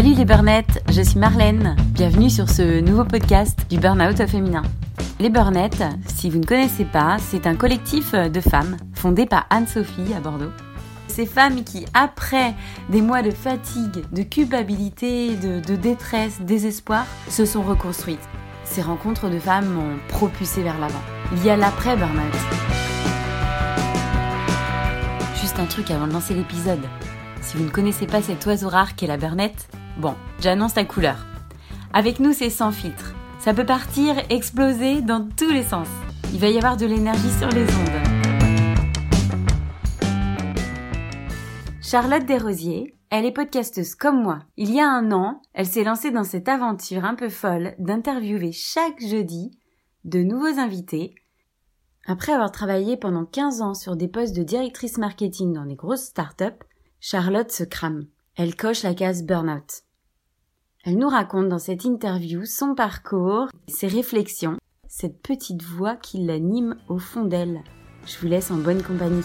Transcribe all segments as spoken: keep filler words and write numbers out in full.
Salut les burnettes, je suis Marlène. Bienvenue sur ce nouveau podcast du Burnout au féminin. Les burnettes, si vous ne connaissez pas, c'est un collectif de femmes fondé par Anne-Sophie à Bordeaux. Ces femmes qui, après des mois de fatigue, de culpabilité, de, de détresse, désespoir, se sont reconstruites. Ces rencontres de femmes m'ont propulsée vers l'avant. Il y a l'après-burnout. Juste un truc avant de lancer l'épisode. Si vous ne connaissez pas cet oiseau rare qu'est la burnette, bon, j'annonce la couleur. Avec nous, c'est sans filtre. Ça peut partir, exploser dans tous les sens. Il va y avoir de l'énergie sur les ondes. Charlotte Desrosiers, elle est podcasteuse comme moi. Il y a un an, elle s'est lancée dans cette aventure un peu folle d'interviewer chaque jeudi de nouveaux invités. Après avoir travaillé pendant quinze ans sur des postes de directrice marketing dans des grosses startups, Charlotte se crame. Elle coche la case burnout. Elle nous raconte dans cette interview son parcours, ses réflexions, cette petite voix qui l'anime au fond d'elle. Je vous laisse en bonne compagnie.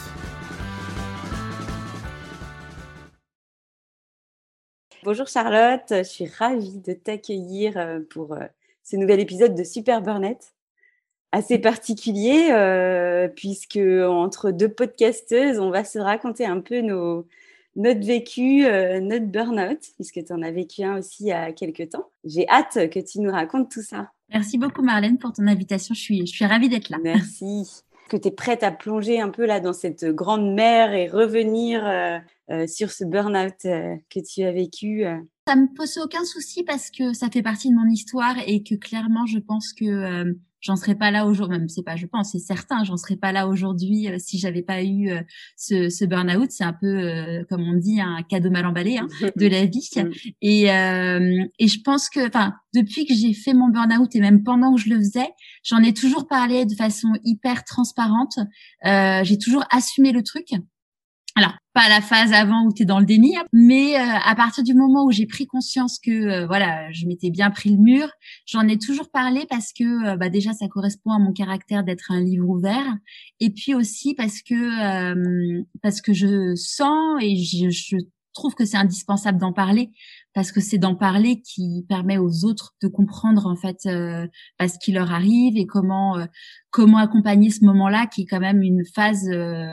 Bonjour Charlotte, je suis ravie de t'accueillir pour ce nouvel épisode de Super Burnette. Assez particulier euh, puisque entre deux podcasteuses, on va se raconter un peu nos, notre vécu, euh, notre burn-out, puisque tu en as vécu un aussi il y a quelques temps. J'ai hâte que tu nous racontes tout ça. Merci beaucoup Marlène pour ton invitation, je suis, je suis ravie d'être là. Merci. Que tu es prête à plonger un peu là dans cette grande mer et revenir euh, euh, sur ce burn-out euh, que tu as vécu. Euh. Ça me pose aucun souci parce que ça fait partie de mon histoire et que clairement je pense que euh, j'en serais pas là aujourd'hui, même c'est pas je pense, c'est certain, j'en serais pas là aujourd'hui euh, si j'avais pas eu euh, ce, ce burn-out. C'est un peu euh, comme on dit un cadeau mal emballé hein, de la vie. et euh, et je pense que, enfin, depuis que j'ai fait mon burn-out et même pendant que je le faisais, j'en ai toujours parlé de façon hyper transparente. Euh, j'ai toujours assumé le truc. Alors, pas la phase avant où tu es dans le déni, mais euh, à partir du moment où j'ai pris conscience que euh, voilà, je m'étais bien pris le mur, j'en ai toujours parlé parce que euh, bah déjà ça correspond à mon caractère d'être un livre ouvert, et puis aussi parce que euh, parce que je sens et je, je trouve que c'est indispensable d'en parler, parce que c'est d'en parler qui permet aux autres de comprendre en fait euh, bah, ce qui leur arrive et comment euh, comment accompagner ce moment-là qui est quand même une phase euh,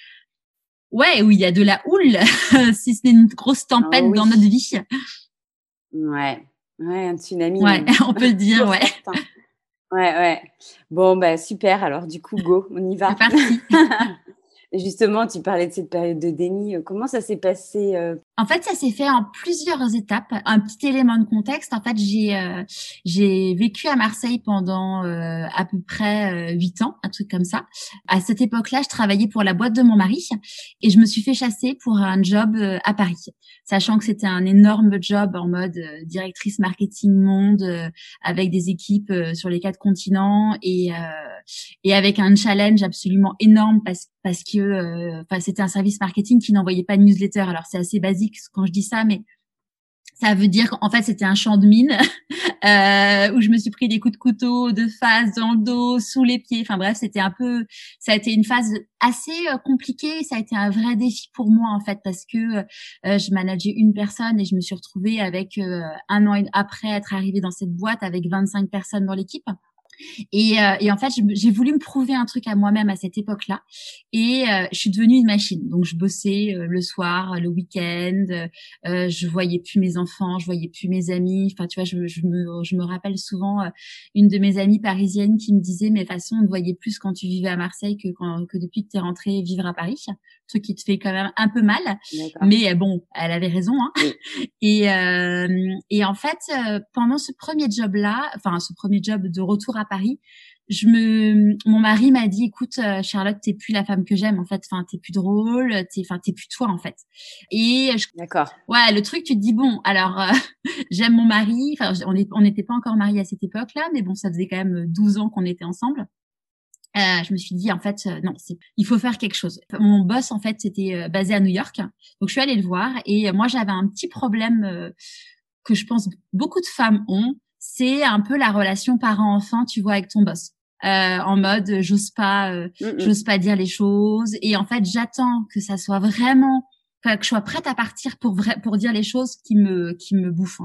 ouais, où il y a de la houle, si ce n'est une grosse tempête oh, oui. dans notre vie. Ouais, ouais, un tsunami. Ouais, on peut le dire, ouais. Certain. Ouais, ouais. Bon, bah super. Alors, du coup, go, on y va. C'est parti. Justement, tu parlais de cette période de déni. Comment ça s'est passé euh... En fait, ça s'est fait en plusieurs étapes. Un petit élément de contexte. En fait, j'ai euh, j'ai vécu à Marseille pendant euh, à peu près huit ans, un truc comme ça. À cette époque-là, je travaillais pour la boîte de mon mari et je me suis fait chasser pour un job euh, à Paris, sachant que c'était un énorme job en mode euh, directrice marketing monde euh, avec des équipes euh, sur les quatre continents et euh, et avec un challenge absolument énorme parce parce que enfin euh, c'était un service marketing qui n'envoyait pas de newsletter. Alors c'est assez basique quand je dis ça, mais ça veut dire qu'en fait c'était un champ de mine euh, où je me suis pris des coups de couteau de face dans le dos, sous les pieds. Enfin bref, c'était un peu, ça a été une phase assez euh, compliquée. Ça a été un vrai défi pour moi en fait parce que euh, je manageais une personne et je me suis retrouvée avec euh, un an après être arrivée dans cette boîte avec vingt-cinq personnes dans l'équipe. Et, euh, et en fait, j'ai voulu me prouver un truc à moi-même à cette époque-là. Et euh, je suis devenue une machine. Donc, je bossais euh, le soir, le week-end. Euh, je voyais plus mes enfants, je voyais plus mes amis. Enfin, tu vois, je, je me, je me rappelle souvent euh, une de mes amies parisiennes qui me disait, mais de toute façon, on ne voyait plus quand tu vivais à Marseille que, quand, que depuis que tu es rentrée vivre à Paris. Truc qui te fait quand même un peu mal. D'accord. Mais bon, elle avait raison. Hein. Oui. Et, euh, et en fait, euh, pendant ce premier job-là, enfin, ce premier job de retour à Paris, je me, mon mari m'a dit, écoute, Charlotte, t'es plus la femme que j'aime, en fait. Enfin, t'es plus drôle, t'es, enfin, t'es plus toi, en fait. Et je, d'accord. Ouais, le truc, tu te dis bon, alors euh, j'aime mon mari. Enfin, on est, on n'était pas encore mariés à cette époque-là, mais bon, ça faisait quand même douze ans qu'on était ensemble. Euh, je me suis dit en fait euh, non, c'est, il faut faire quelque chose. Mon boss en fait c'était euh, basé à New York, donc je suis allée le voir et euh, moi j'avais un petit problème euh, que je pense beaucoup de femmes ont, c'est un peu la relation parent-enfant, tu vois, avec ton boss. Euh, en mode j'ose pas, euh, j'ose pas dire les choses et en fait j'attends que ça soit vraiment que je sois prête à partir pour vrai, pour dire les choses qui me, qui me bouffent.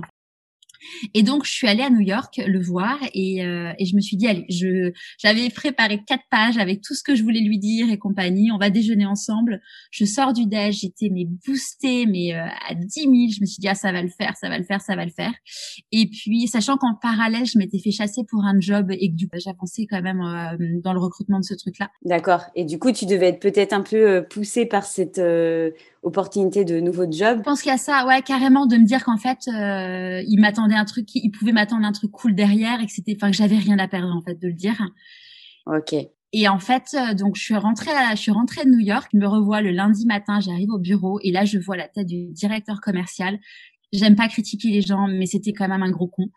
Et donc, je suis allée à New York le voir et, euh, et je me suis dit, allez, je, j'avais préparé quatre pages avec tout ce que je voulais lui dire et compagnie. On va déjeuner ensemble. Je sors du déj, j'étais mais boostée, mais euh, à dix mille. Je me suis dit, ah, ça va le faire, ça va le faire, ça va le faire. Et puis, sachant qu'en parallèle, je m'étais fait chasser pour un job et que du coup, j'avançais quand même euh, dans le recrutement de ce truc-là. D'accord. Et du coup, tu devais être peut-être un peu euh, poussée par cette euh, opportunité de nouveau job. Je pense qu'il y a ça, ouais, carrément, de me dire qu'en fait, euh, il m'attendait un truc, il pouvait m'attendre un truc cool derrière et que c'était, enfin, que j'avais rien à perdre en fait de le dire. Ok. Et en fait, euh, donc je suis rentrée, à, je suis rentrée de New York. Je me revois le lundi matin, j'arrive au bureau et là, je vois la tête du directeur commercial. J'aime pas critiquer les gens, mais c'était quand même un gros con.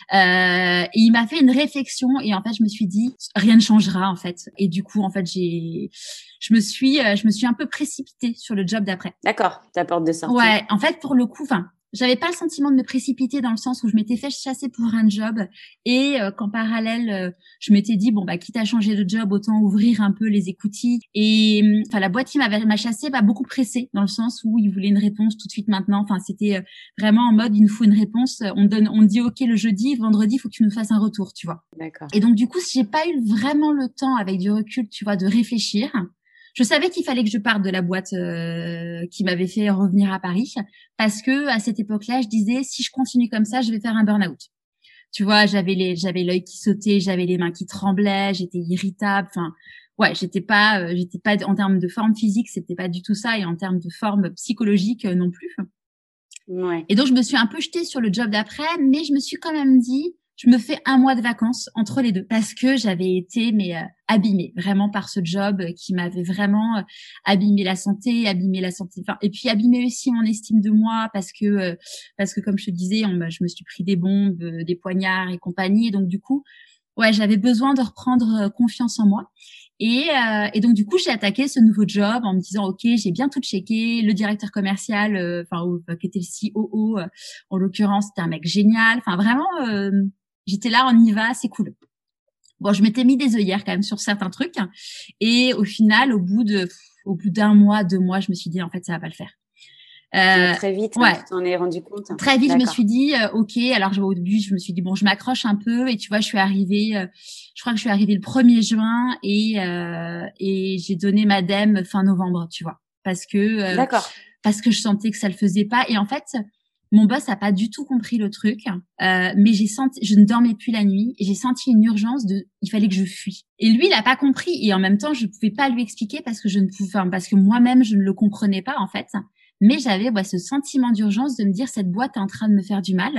Euh, et il m'a fait une réflexion et en fait, je me suis dit rien ne changera en fait. Et du coup, en fait, j'ai, je me suis, euh, je me suis un peu précipitée sur le job d'après. D'accord, ta porte de sortie. Ouais, en fait, pour le coup, enfin, j'avais pas le sentiment de me précipiter dans le sens où je m'étais fait chasser pour un job et euh, qu'en parallèle, euh, je m'étais dit bon bah quitte à changer de job, autant ouvrir un peu les écoutilles. Et enfin la boîte qui m'avait m'a chassé m'a beaucoup pressée dans le sens où il voulait une réponse tout de suite maintenant. Enfin c'était euh, vraiment en mode il nous faut une réponse. On donne, on dit ok le jeudi, vendredi il faut que tu nous fasses un retour, tu vois. D'accord. Et donc du coup j'ai pas eu vraiment le temps avec du recul, tu vois, de réfléchir. Je savais qu'il fallait que je parte de la boîte euh, qui m'avait fait revenir à Paris parce que à cette époque-là, je disais si je continue comme ça, je vais faire un burn-out. Tu vois, j'avais les j'avais l'œil qui sautait, j'avais les mains qui tremblaient, j'étais irritable, enfin ouais, j'étais pas euh, j'étais pas en termes de forme physique, c'était pas du tout ça et en termes de forme psychologique euh, non plus. Ouais. Et donc je me suis un peu jetée sur le job d'après, mais je me suis quand même dit je me fais un mois de vacances entre les deux parce que j'avais été mais euh, abîmée vraiment par ce job qui m'avait vraiment euh, abîmé la santé, abîmé la santé, enfin et puis abîmé aussi mon estime de moi parce que euh, parce que comme je te disais, on, je me suis pris des bombes, euh, des poignards et compagnie, et donc du coup, ouais, j'avais besoin de reprendre euh, confiance en moi. Et, euh, et donc du coup, j'ai attaqué ce nouveau job en me disant ok, j'ai bien tout checké. Le directeur commercial, euh, enfin euh, qui était le C O O, euh, en l'occurrence, c'était un mec génial. Enfin vraiment, euh, j'étais là, on y va, c'est cool. Bon, je m'étais mis des œillères quand même sur certains trucs. Et au final, au bout de, au bout d'un mois, deux mois, je me suis dit en fait, ça va pas le faire. Euh, très vite, ouais. hein, tu t'en es rendu compte. Très vite, D'accord. je me suis dit, euh, ok. Alors, je, au début, je me suis dit bon, je m'accroche un peu. Et tu vois, je suis arrivée, euh, je crois que je suis arrivée le premier juin et euh, et j'ai donné ma dème fin novembre, tu vois, parce que euh, D'accord. parce que je sentais que ça le faisait pas. Et en fait, mon boss a pas du tout compris le truc, euh, mais j'ai senti, je ne dormais plus la nuit et j'ai senti une urgence de, il fallait que je fuis. Et lui, il a pas compris et en même temps, je pouvais pas lui expliquer parce que je ne pouvais, enfin, parce que moi-même, je ne le comprenais pas en fait. Mais j'avais ouais, ce sentiment d'urgence de me dire cette boîte est en train de me faire du mal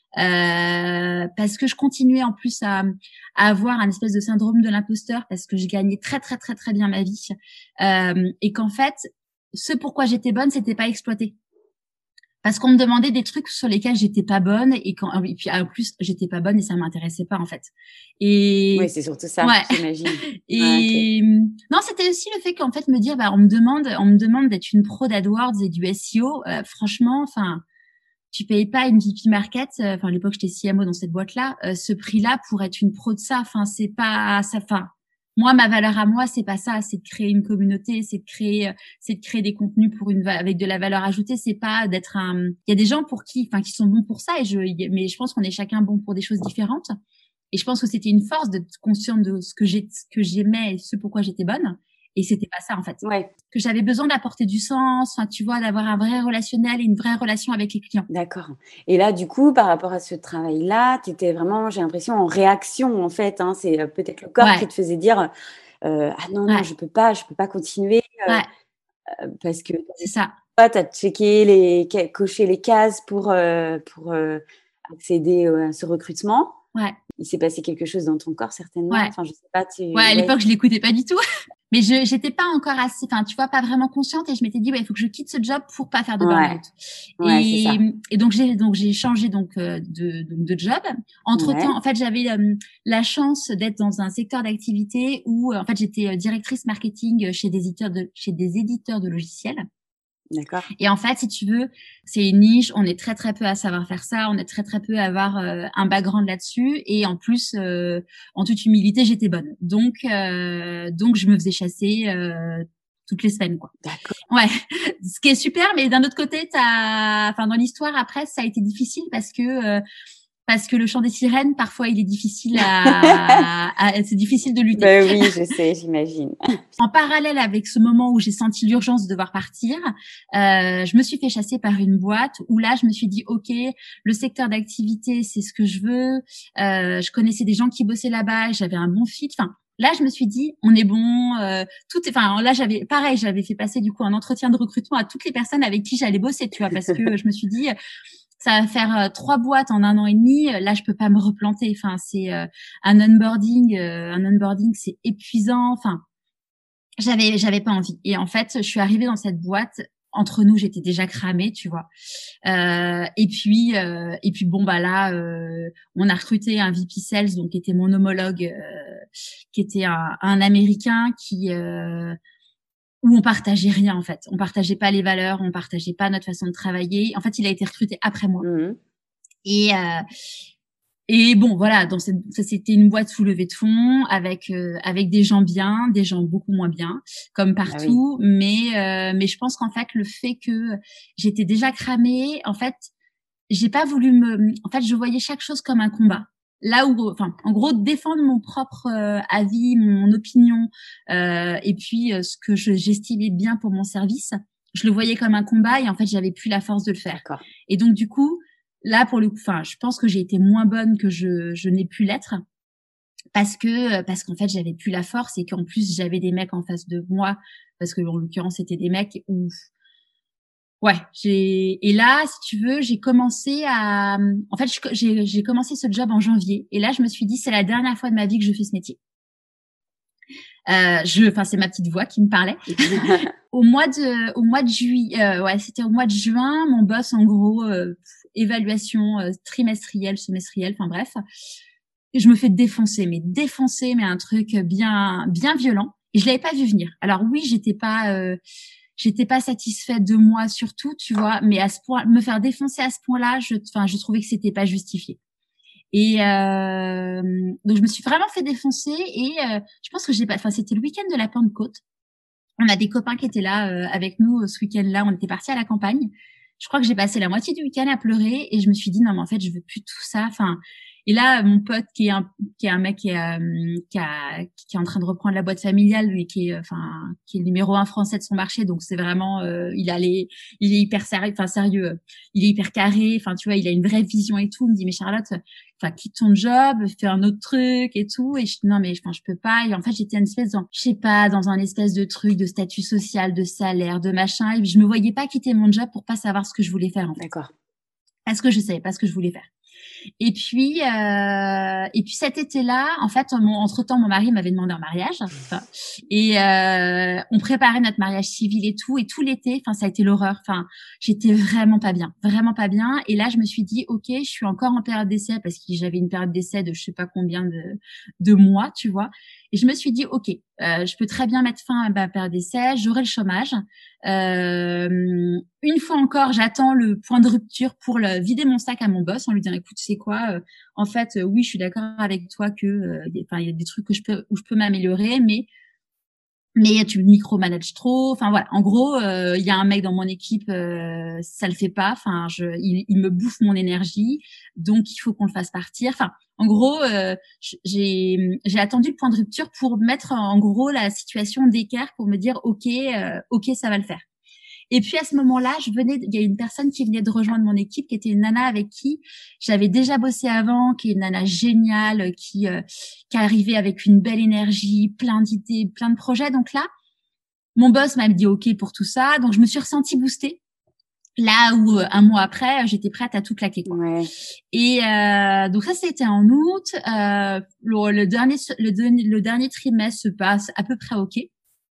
euh, parce que je continuais en plus à, à avoir un espèce de syndrome de l'imposteur parce que je gagnais très très très très bien ma vie euh, et qu'en fait ce pourquoi j'étais bonne c'était pas exploité. Parce qu'on me demandait des trucs sur lesquels j'étais pas bonne et quand et puis en plus j'étais pas bonne et ça m'intéressait pas en fait. Et oui, c'est surtout ça, ouais. j'imagine. Et ah, okay. non, c'était aussi le fait qu'en fait me dire bah on me demande on me demande d'être une pro d'AdWords et du S E O, euh, franchement, enfin tu payes pas une V P market, enfin euh, à l'époque j'étais C M O dans cette boîte-là, euh, ce prix-là pour être une pro de ça, enfin c'est pas ça enfin moi, ma valeur à moi, c'est pas ça, c'est de créer une communauté, c'est de créer, c'est de créer des contenus pour une, avec de la valeur ajoutée, c'est pas d'être un, il y a des gens pour qui, enfin, qui sont bons pour ça et je, mais je pense qu'on est chacun bon pour des choses différentes. Et je pense que c'était une force d'être consciente de ce que j'ai, ce que j'aimais et ce pourquoi j'étais bonne. Et c'était pas ça, en fait. Ouais. Que j'avais besoin d'apporter du sens, enfin, tu vois, d'avoir un vrai relationnel et une vraie relation avec les clients. D'accord. Et là, du coup, par rapport à ce travail-là, tu étais vraiment, j'ai l'impression, en réaction, en fait. Hein. C'est euh, peut-être le corps Ouais. qui te faisait dire euh, ah non, non, ouais. je peux pas, je peux pas continuer. Euh, ouais. euh, parce que c'est ça. Toi, tu as checké, les, coché les cases pour, euh, pour euh, accéder à ce recrutement. Ouais. Il s'est passé quelque chose dans ton corps, certainement. Ouais. Enfin, je sais pas. Tu... Ouais, à l'époque, ouais. je l'écoutais pas du tout. Mais je j'étais pas encore assez, enfin tu vois, pas vraiment consciente et je m'étais dit ouais, il faut que je quitte ce job pour pas faire de burn-out. Ouais. Ouais, et, c'est ça. et donc j'ai donc j'ai changé donc euh, de, de de job. Entre temps, ouais. en fait, j'avais euh, la chance d'être dans un secteur d'activité où euh, en fait j'étais directrice marketing chez des éditeurs de chez des éditeurs de logiciels. D'accord. Et en fait, si tu veux, c'est une niche. On est très très peu à savoir faire ça. On est très très peu à avoir euh, un background là-dessus. Et en plus, euh, en toute humilité, j'étais bonne. Donc, euh, donc je me faisais chasser euh, toutes les semaines, quoi. D'accord. Ouais, ce qui est super, mais d'un autre côté, t'as, enfin, dans l'histoire après, ça a été difficile parce que euh, parce que le chant des sirènes, parfois, il est difficile à, à c'est difficile de lutter. Ben oui, je sais, j'imagine. En parallèle avec ce moment où j'ai senti l'urgence de devoir partir, euh, je me suis fait chasser par une boîte où là, je me suis dit, OK, le secteur d'activité, c'est ce que je veux. Euh, je connaissais des gens qui bossaient là-bas, et j'avais un bon fit. Enfin, là, je me suis dit, on est bon. Euh, tout est, enfin, là, j'avais, pareil, j'avais fait passer du coup un entretien de recrutement à toutes les personnes avec qui j'allais bosser, tu vois, parce que je me suis dit, ça va faire euh, trois boîtes en un an et demi. Là, je peux pas me replanter. Enfin, c'est euh, un onboarding, euh, un onboarding, c'est épuisant. Enfin, j'avais, j'avais pas envie. Et en fait, je suis arrivée dans cette boîte. Entre nous, j'étais déjà cramée, tu vois. Euh, et puis, euh, et puis bon bah là, euh, on a recruté un V P Sales, donc qui était mon homologue, euh, qui était un, un Américain qui euh, où on partageait rien en fait. On partageait pas les valeurs, on partageait pas notre façon de travailler. En fait, il a été recruté après moi. Mmh. Et euh, et bon voilà, dans cette, ça c'était une boîte sous levée de fonds avec euh, avec des gens bien, des gens beaucoup moins bien, comme Ah oui. partout. Mais euh, mais je pense qu'en fait le fait que j'étais déjà cramée, en fait, j'ai pas voulu me. En fait, je voyais chaque chose comme un combat. Là où, enfin, en gros, défendre mon propre euh, avis, mon opinion, euh, et puis euh, ce que je, j'estimais bien pour mon service, je le voyais comme un combat et en fait, j'avais plus la force de le faire. D'accord. Et donc, du coup, là, pour le coup, enfin, je pense que j'ai été moins bonne que je, je n'ai pu l'être parce que parce qu'en fait, j'avais plus la force et qu'en plus, j'avais des mecs en face de moi parce que en l'occurrence, c'était des mecs où ouais, j'ai et là, si tu veux, j'ai commencé à en fait, je- j'ai j'ai commencé ce job en janvier et là, je me suis dit c'est la dernière fois de ma vie que je fais ce métier. Euh, je enfin c'est ma petite voix qui me parlait. Au mois de au mois de juillet euh, ouais, c'était au mois de juin, mon boss en gros euh, évaluation euh, trimestrielle, semestrielle, enfin bref. Et je me fais défoncer, mais défoncer, mais un truc bien bien violent et je l'avais pas vu venir. Alors oui, j'étais pas euh, j'étais pas satisfaite de moi surtout, tu vois, mais à ce point, me faire défoncer à ce point-là, je, enfin, je trouvais que c'était pas justifié. Et euh, donc je me suis vraiment fait défoncer et euh, je pense que j'ai pas, enfin c'était le week-end de la Pentecôte. On a des copains qui étaient là euh, avec nous euh, ce week-end-là. On était partis à la campagne. Je crois que j'ai passé la moitié du week-end à pleurer et je me suis dit non mais en fait je veux plus tout ça. Enfin et là mon pote qui est un qui est un mec qui est euh, qui, a, qui est en train de reprendre la boîte familiale lui qui est enfin qui est le numéro un français de son marché donc c'est vraiment euh, il a les il est hyper sérieux enfin sérieux il est hyper carré enfin tu vois il a une vraie vision et tout. Il me dit mais Charlotte enfin quitte ton job, fais un autre truc et tout et je non mais enfin je peux pas et en fait j'étais une espèce dans je sais pas dans un espèce de truc de statut social, de salaire, de machin et je me voyais pas quitter mon job pour pas savoir ce que je voulais faire en fait. D'accord. Parce que je savais pas ce que je voulais faire. Et puis, euh, et puis cet été-là, en fait, mon, entre-temps, mon mari m'avait demandé un mariage. Enfin, et euh, on préparait notre mariage civil et tout. Et tout l'été, enfin, ça a été l'horreur. Enfin, j'étais vraiment pas bien, vraiment pas bien. Et là, je me suis dit, ok, je suis encore en période d'essai parce que j'avais une période d'essai de je sais pas combien de de mois, tu vois. Et je me suis dit, ok, euh, je peux très bien mettre fin à ma période d'essai, j'aurai le chômage. Euh, une fois encore, j'attends le point de rupture pour le, vider mon sac à mon boss en lui disant, écoute, tu sais quoi, euh, en fait, euh, oui, je suis d'accord avec toi que, euh, enfin, il y a des trucs que je peux, où je peux m'améliorer, mais mais tu micromanages trop. Enfin voilà, en gros, euh, il y a un mec dans mon équipe, euh, ça le fait pas. Enfin, je, il, il me bouffe mon énergie, donc il faut qu'on le fasse partir. Enfin, en gros, euh, j'ai j'ai attendu le point de rupture pour mettre en gros la situation d'équerre pour me dire ok, euh, ok, ça va le faire. Et puis à ce moment-là, je venais, il y a une personne qui venait de rejoindre mon équipe, qui était une nana avec qui j'avais déjà bossé avant, qui est une nana géniale, qui euh, qui est arrivée avec une belle énergie, plein d'idées, plein de projets. Donc là, mon boss m'a dit OK pour tout ça, donc je me suis ressentie boostée. Là où euh, un mois après, j'étais prête à tout claquer, quoi. Ouais. Et euh, donc ça, c'était en août. Euh, le, le dernier le, le dernier trimestre se passe à peu près OK.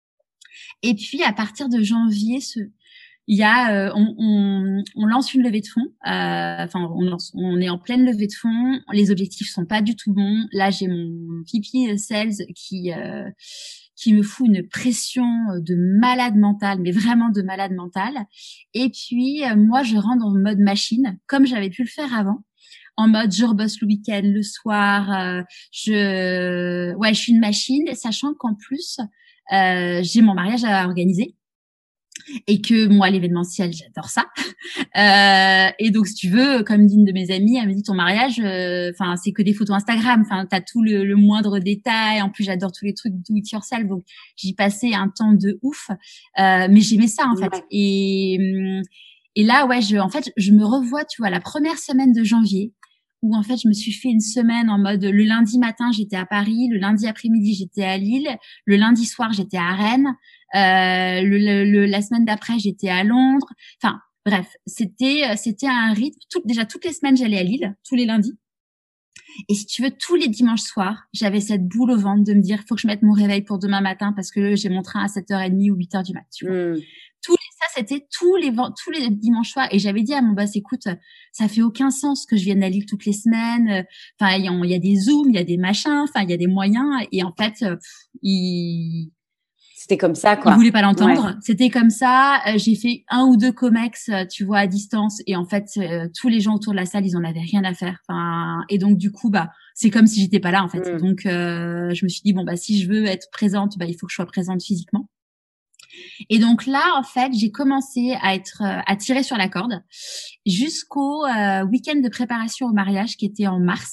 Et puis à partir de janvier, ce il y a, euh, on, on, on lance une levée de fonds. Euh, enfin, on, lance, on est en pleine levée de fonds. Les objectifs sont pas du tout bons. Là, j'ai mon V P Sales qui euh, qui me fout une pression de malade mental, mais vraiment de malade mental. Et puis euh, moi, je rentre en mode machine, comme j'avais pu le faire avant. En mode je rebosse le week-end, le soir. Euh, je, ouais, je suis une machine, sachant qu'en plus euh, j'ai mon mariage à organiser. Et que moi, l'événementiel, j'adore ça. Euh, et donc, si tu veux, comme dit une de mes amies, elle me dit ton mariage, enfin, euh, c'est que des photos Instagram. Enfin, t'as tout le, le moindre détail. En plus, j'adore tous les trucs do it yourself. Donc, j'y passais un temps de ouf. Euh, mais j'aimais ça en fait. Ouais. Et et là, ouais, je, en fait, je me revois, tu vois, la première semaine de janvier, où en fait, je me suis fait une semaine en mode le lundi matin, j'étais à Paris, le lundi après-midi, j'étais à Lille, le lundi soir, j'étais à Rennes. Euh, le, le, le, la semaine d'après, j'étais à Londres. Enfin, bref, c'était c'était un rythme. Tout, déjà, toutes les semaines, j'allais à Lille, tous les lundis. Et si tu veux, tous les dimanches soirs, j'avais cette boule au ventre de me dire, faut que je mette mon réveil pour demain matin parce que j'ai mon train à sept heures trente ou huit heures du mat. Tu vois. Mm. Tous les, ça, c'était tous les tous les dimanches soirs. Et j'avais dit à mon boss, écoute, ça fait aucun sens que je vienne à Lille toutes les semaines. Enfin, il y, y a des Zooms, il y a des machins, enfin, il y a des moyens. Et en fait, pff, il C'était comme ça, quoi. Il voulait pas l'entendre. Ouais. C'était comme ça. Euh, j'ai fait un ou deux comex, euh, tu vois, à distance. Et en fait, euh, tous les gens autour de la salle, ils en avaient rien à faire. Enfin, et donc, du coup, bah, c'est comme si j'étais pas là, en fait. Mm. Donc, euh, je me suis dit, bon, bah, si je veux être présente, bah, il faut que je sois présente physiquement. Et donc là, en fait, j'ai commencé à être, euh, à tirer sur la corde jusqu'au euh, week-end de préparation au mariage qui était en mars.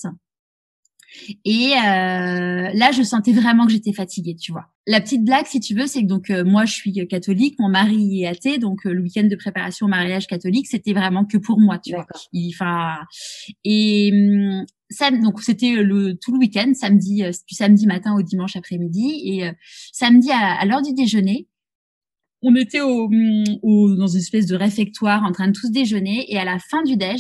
Et euh, là, je sentais vraiment que j'étais fatiguée, tu vois. La petite blague, si tu veux, c'est que donc euh, moi, je suis catholique, mon mari est athée, donc euh, le week-end de préparation au mariage catholique, c'était vraiment que pour moi, tu D'accord. vois. Enfin, et hum, ça, donc c'était le tout le week-end, samedi, euh, du samedi matin au dimanche après-midi, et euh, samedi à, à l'heure du déjeuner, on était au, au dans une espèce de réfectoire en train de tous déjeuner, et à la fin du déj,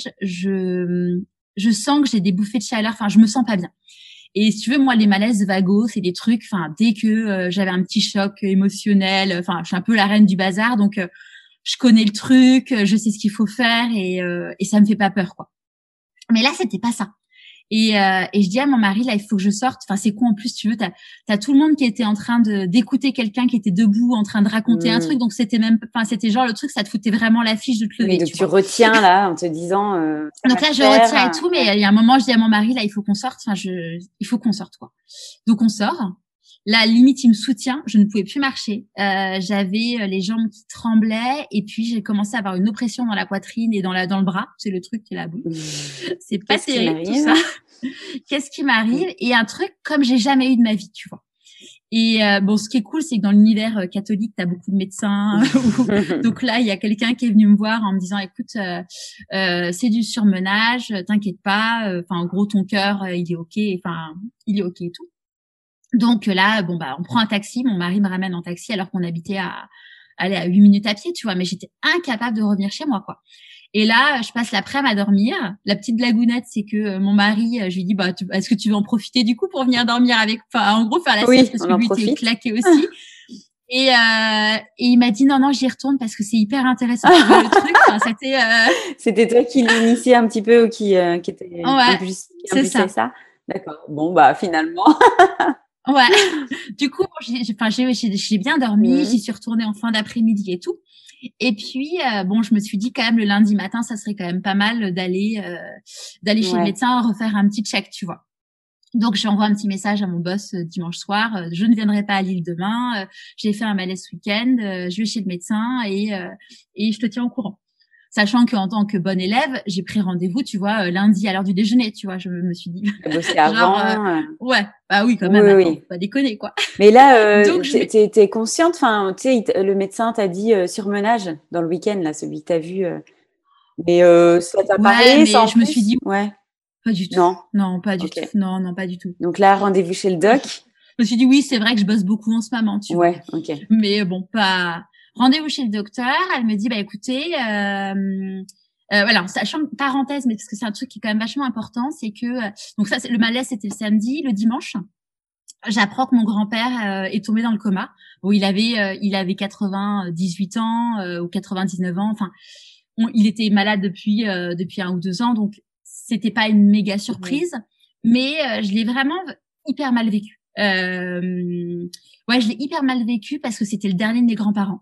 je je sens que j'ai des bouffées de chaleur, enfin, je me sens pas bien. Et si tu veux, moi, les malaises vagos, c'est des trucs, enfin, dès que euh, j'avais un petit choc émotionnel, enfin, je suis un peu la reine du bazar, donc euh, je connais le truc, je sais ce qu'il faut faire et, euh, et ça me fait pas peur, quoi. Mais là, c'était pas ça. Et, euh, et je dis à mon mari, là, il faut que je sorte. Enfin, c'est quoi en plus, tu veux, t'as, t'as tout le monde qui était en train de d'écouter quelqu'un qui était debout, en train de raconter mmh. un truc. Donc c'était même, enfin, c'était genre le truc, ça te foutait vraiment la fiche de te lever. Oui, donc tu, tu retiens là, en te disant. Euh, donc là, je retiens et tout, mais il y a un moment, je dis à mon mari, là, il faut qu'on sorte. Enfin, je, il faut qu'on sorte, quoi. Donc on sort. Là, limite, il me soutient. Je ne pouvais plus marcher. Euh, j'avais les jambes qui tremblaient et puis j'ai commencé à avoir une oppression dans la poitrine et dans la dans le bras. C'est le truc qui est là. Mmh. C'est pas Qu'est-ce terrible tout ça. Qu'est-ce qui m'arrive? Et un truc comme j'ai jamais eu de ma vie, tu vois. Et euh, bon, ce qui est cool, c'est que dans l'univers euh, catholique, t'as beaucoup de médecins. Donc là, il y a quelqu'un qui est venu me voir en me disant, écoute, euh, euh, c'est du surmenage, t'inquiète pas. Enfin, en gros, ton cœur, euh, il est ok. Enfin, il est ok et tout. Donc là, bon bah, on prend un taxi. Mon mari me ramène en taxi alors qu'on habitait à aller à huit minutes à pied, tu vois. Mais j'étais incapable de revenir chez moi, quoi. Et là, je passe l'après-midi à dormir. La petite blagounette, c'est que mon mari, je lui dis, bah, tu, est-ce que tu veux en profiter du coup pour venir dormir avec, enfin, en gros, faire la oui, sieste parce que lui était claqué aussi. Et, euh, et il m'a dit, non, non, j'y retourne parce que c'est hyper intéressant. Le truc, enfin, c'était, euh... c'était toi qui l'initiais un petit peu ou qui, euh, qui était, ouais, plus, qui c'est ça. ça. D'accord. Bon, bah, finalement. Ouais. Du coup, j'ai, enfin, j'ai, j'ai, j'ai bien dormi. Mmh. J'y suis retournée en fin d'après-midi et tout. Et puis euh, bon, je me suis dit quand même le lundi matin, ça serait quand même pas mal d'aller euh, d'aller chez ouais. le médecin refaire un petit check, tu vois. Donc j'envoie un petit message à mon boss euh, dimanche soir. Euh, je ne viendrai pas à Lille demain. Euh, j'ai fait un malaise ce week-end. Euh, je vais chez le médecin et euh, et je te tiens au courant. Sachant qu'en tant que bonne élève, j'ai pris rendez-vous, tu vois, euh, lundi à l'heure du déjeuner, tu vois. Je me suis dit. Genre, avant. Euh, ouais, bah oui, quand même. Oui, attends, oui. Faut pas déconner, quoi. Mais là, euh, Donc, t'es, t'es, t'es consciente, enfin, tu sais, le médecin t'a dit euh, surmenage dans le week-end, là, celui que t'as vu. Euh... Mais euh, ça t'a ouais, parlé, mais ça en je plus me suis dit. Ouais. Pas du tout. Non. Non, pas du okay. tout. Non, non, pas du tout. Donc là, rendez-vous chez le doc. Je me suis dit oui, c'est vrai que je bosse beaucoup en ce moment, tu ouais, vois. ok. Mais bon, pas. Rendez-vous chez le docteur. Elle me dit bah écoutez. Euh... Euh, voilà, sachant parenthèse, mais parce que c'est un truc qui est quand même vachement important, c'est que donc ça, c'est, le malaise c'était le samedi, le dimanche, j'apprends que mon grand-père euh, est tombé dans le coma. Bon, il avait euh, il avait quatre-vingt-dix-huit ans euh, ou quatre-vingt-dix-neuf ans, enfin, on, il était malade depuis euh, depuis un ou deux ans, donc c'était pas une méga surprise, mmh. mais euh, je l'ai vraiment hyper mal vécu. Euh, ouais, je l'ai hyper mal vécu parce que c'était le dernier de mes grands-parents.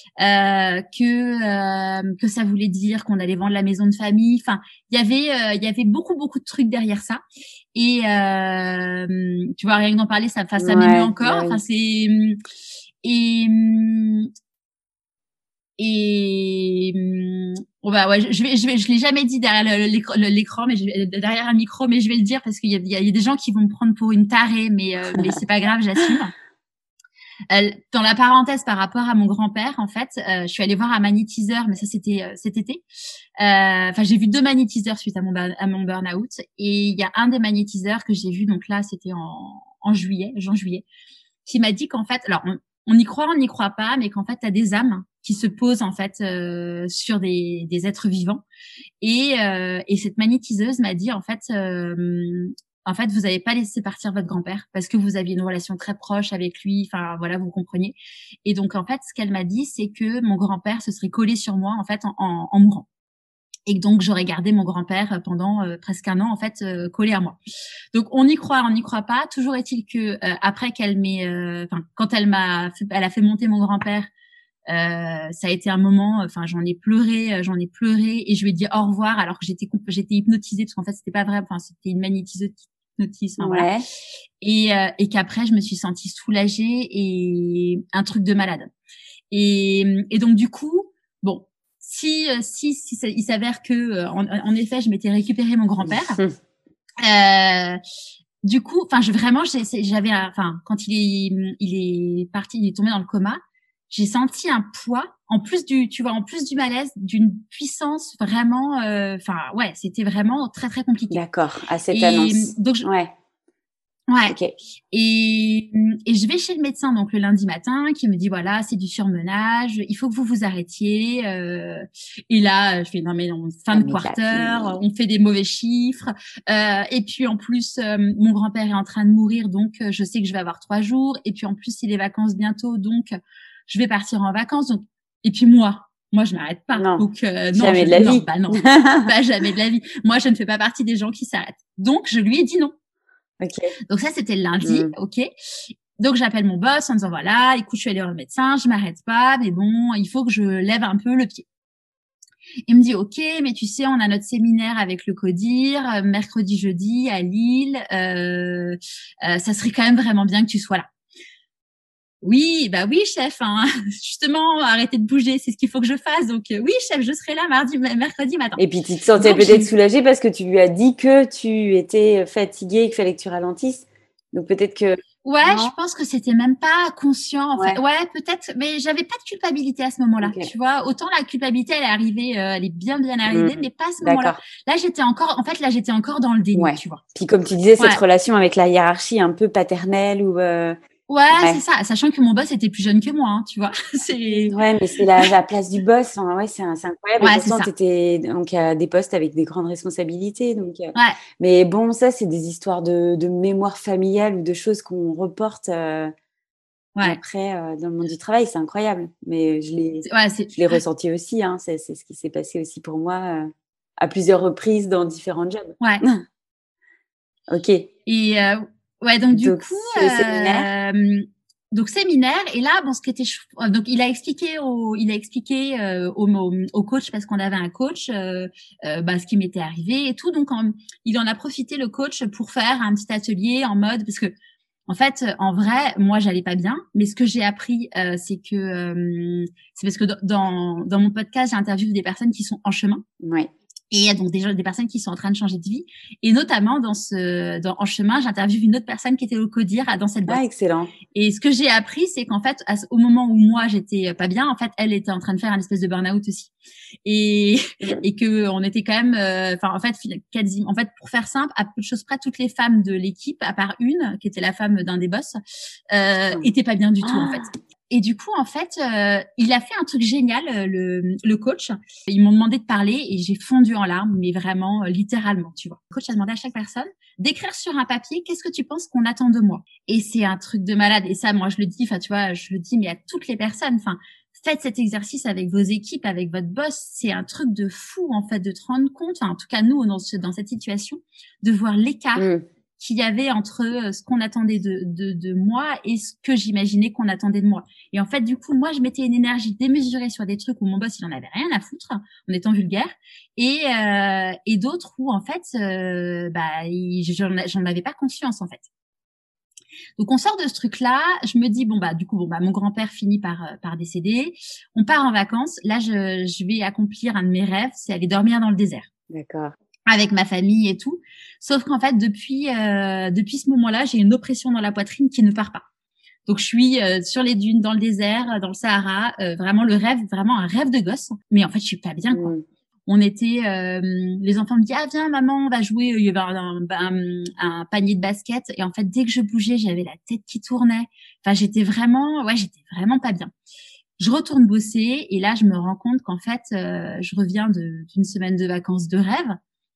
Euh, que euh, que ça voulait dire qu'on allait vendre la maison de famille. Enfin, il y avait euh, il y avait beaucoup beaucoup de trucs derrière ça. Et euh, tu vois, rien que d'en parler, ça, ça ouais, m'émeut encore. Enfin, ouais. c'est Et et bon bah ouais, je vais je vais je l'ai jamais dit derrière l'écran, l'écran mais je vais, derrière un micro, mais je vais le dire parce qu'il y a il y a des gens qui vont me prendre pour une tarée, mais euh, mais c'est pas grave, j'assume. Euh, dans la parenthèse par rapport à mon grand-père, en fait, euh, je suis allée voir un magnétiseur, mais ça c'était euh, cet été. Enfin, euh, j'ai vu deux magnétiseurs suite à mon à mon burn-out, et il y a un des magnétiseurs que j'ai vu, donc là c'était en en juillet, juin-juillet, qui m'a dit qu'en fait, alors on, on y croit, on n'y croit pas, mais qu'en fait t'as des âmes qui se posent en fait euh, sur des des êtres vivants, et euh, et cette magnétiseuse m'a dit en fait euh, en fait, vous n'avez pas laissé partir votre grand-père parce que vous aviez une relation très proche avec lui. Enfin, voilà, vous comprenez. Et donc, en fait, ce qu'elle m'a dit, c'est que mon grand-père se serait collé sur moi, en fait, en, en, en mourant. Et donc, j'aurais gardé mon grand-père pendant euh, presque un an, en fait, euh, collé à moi. Donc, on y croit, on n'y croit pas. Toujours est-il que euh, après qu'elle m'ait, enfin, euh, quand elle m'a, fait, elle a fait monter mon grand-père, euh, ça a été un moment. Enfin, j'en ai pleuré, j'en ai pleuré, et je lui ai dit au revoir alors que j'étais, j'étais hypnotisée parce qu'en fait, c'était pas vrai. Enfin, c'était une magnétiseuse qui hypnotise. Enfin, ouais. Voilà. Et euh, et qu'après, je me suis sentie soulagée et un truc de malade. Et et donc du coup, bon. Si, si, si, si il s'avère que, en, en effet, je m'étais récupéré mon grand-père. euh, du coup, enfin, je vraiment, j'avais, enfin, quand il est, il est parti, il est tombé dans le coma, j'ai senti un poids, en plus du, tu vois, en plus du malaise, d'une puissance vraiment, enfin, euh, ouais, c'était vraiment très très compliqué. D'accord, à cette et annonce. Donc, je, ouais. Ouais. Okay. Et, et je vais chez le médecin donc le lundi matin qui me dit voilà, c'est du surmenage, il faut que vous vous arrêtiez. Euh, et là, je fais non mais non, fin de quarter, on fait des mauvais chiffres. Euh, et puis en plus, euh, mon grand-père est en train de mourir, donc je sais que je vais avoir trois jours. Et puis en plus, c'est les vacances bientôt, donc je vais partir en vacances. Donc et puis moi. Moi, je m'arrête pas. Non, donc euh, non, jamais je, de la non, vie. Bah non, pas jamais de la vie. Moi, je ne fais pas partie des gens qui s'arrêtent. Donc je lui ai dit non. Okay. Donc ça, c'était le lundi, mmh. ok. Donc j'appelle mon boss en disant voilà, écoute, je suis allée voir le médecin, je m'arrête pas, mais bon, il faut que je lève un peu le pied. Il me dit ok, mais tu sais, on a notre séminaire avec le CODIR mercredi, jeudi à Lille. Euh, euh, ça serait quand même vraiment bien que tu sois là. Oui, bah oui, chef. Hein. Justement, arrêtez de bouger, c'est ce qu'il faut que je fasse. Donc euh, oui, chef, je serai là mardi, mercredi matin. Et puis tu te sentais peut-être soulagée parce que tu lui as dit que tu étais fatiguée, qu'il fallait que tu ralentisses. Donc peut-être que. Ouais, non. Je pense que c'était même pas conscient. En ouais. fait. Ouais, peut-être, mais j'avais pas de culpabilité à ce moment-là. Okay. Tu vois, autant la culpabilité, elle est arrivée, euh, elle est bien bien arrivée, mmh. mais pas à ce moment-là. Là, j'étais encore, en fait, là, j'étais encore dans le déni. Ouais. Tu vois. Puis comme tu disais, cette ouais. relation avec la hiérarchie un peu paternelle ou. Euh... Ouais, ouais. c'est ça. Sachant que mon boss était plus jeune que moi, hein, tu vois. c'est. Ouais, mais c'est la, la place du boss. Enfin, ouais, c'est, c'est incroyable. Ouais, et pourtant, tu étais donc à des postes avec des grandes responsabilités. Donc. Ouais. Mais bon, ça, c'est des histoires de, de mémoire familiale ou de choses qu'on reporte. Euh... Ouais. Après, euh, dans le monde du travail, c'est incroyable. Mais je l'ai, ouais, c'est... je l'ai ressenti aussi. Hein. C'est, c'est ce qui s'est passé aussi pour moi euh, à plusieurs reprises dans différents jobs. Ouais. Ok. Et euh, ouais, donc du donc, coup, le séminaire. Euh, donc séminaire. Et là, bon, ce qui était, donc il a expliqué au, il a expliqué euh, au, au coach parce qu'on avait un coach, euh, euh, bah, ce qui m'était arrivé et tout. Donc en, il en a profité le coach pour faire un petit atelier en mode parce que. En fait, en vrai, moi, j'allais pas bien. Mais ce que j'ai appris, euh, c'est que euh, c'est parce que dans dans mon podcast, j'interviewe des personnes qui sont en chemin. Ouais. Et donc des gens, des personnes qui sont en train de changer de vie. Et notamment dans ce dans en chemin, j'interviewe une autre personne qui était au CODIR dans cette boîte. Ah, excellent. Et ce que j'ai appris, c'est qu'en fait, à, au moment où moi j'étais pas bien, en fait, elle était en train de faire un espèce de burn-out aussi. Et et que on était quand même, enfin, euh, en fait, quasi, en fait, pour faire simple, à peu de choses près, toutes les femmes de l'équipe, à part une qui était la femme d'un des boss, euh, mmh. étaient pas bien du tout ah. en fait. Et du coup, en fait, euh, il a fait un truc génial, le, le coach. Ils m'ont demandé de parler et j'ai fondu en larmes, mais vraiment, euh, littéralement, tu vois. Le coach a demandé à chaque personne d'écrire sur un papier qu'est-ce que tu penses qu'on attend de moi. Et c'est un truc de malade. Et ça, moi, je le dis, enfin, tu vois, je le dis, mais à toutes les personnes, enfin, faites cet exercice avec vos équipes, avec votre boss. C'est un truc de fou, en fait, de te rendre compte, enfin, en tout cas, nous, dans, ce, dans cette situation, de voir l'écart mmh. qu'il y avait entre ce qu'on attendait de, de, de moi et ce que j'imaginais qu'on attendait de moi. Et en fait, du coup, moi, je mettais une énergie démesurée sur des trucs où mon boss, il en avait rien à foutre, en étant vulgaire, et, euh, et d'autres où, en fait, euh, bah, il, j'en, j'en avais pas conscience, en fait. Donc on sort de ce truc-là, je me dis bon bah du coup bon bah mon grand-père finit par euh, par décéder, on part en vacances. Là je je vais accomplir un de mes rêves, c'est aller dormir dans le désert. D'accord. Avec ma famille et tout. Sauf qu'en fait depuis euh, depuis ce moment-là, j'ai une oppression dans la poitrine qui ne part pas. Donc je suis euh, sur les dunes, dans le désert, dans le Sahara, euh, vraiment le rêve, vraiment un rêve de gosse. Mais en fait je suis pas bien quoi. Mmh. On était, euh, les enfants me disaient ah viens maman on va jouer, il y avait un, un, un panier de basket et en fait dès que je bougeais j'avais la tête qui tournait. Enfin j'étais vraiment, ouais j'étais vraiment pas bien. Je retourne bosser et là je me rends compte qu'en fait euh, je reviens de, d'une semaine de vacances de rêve,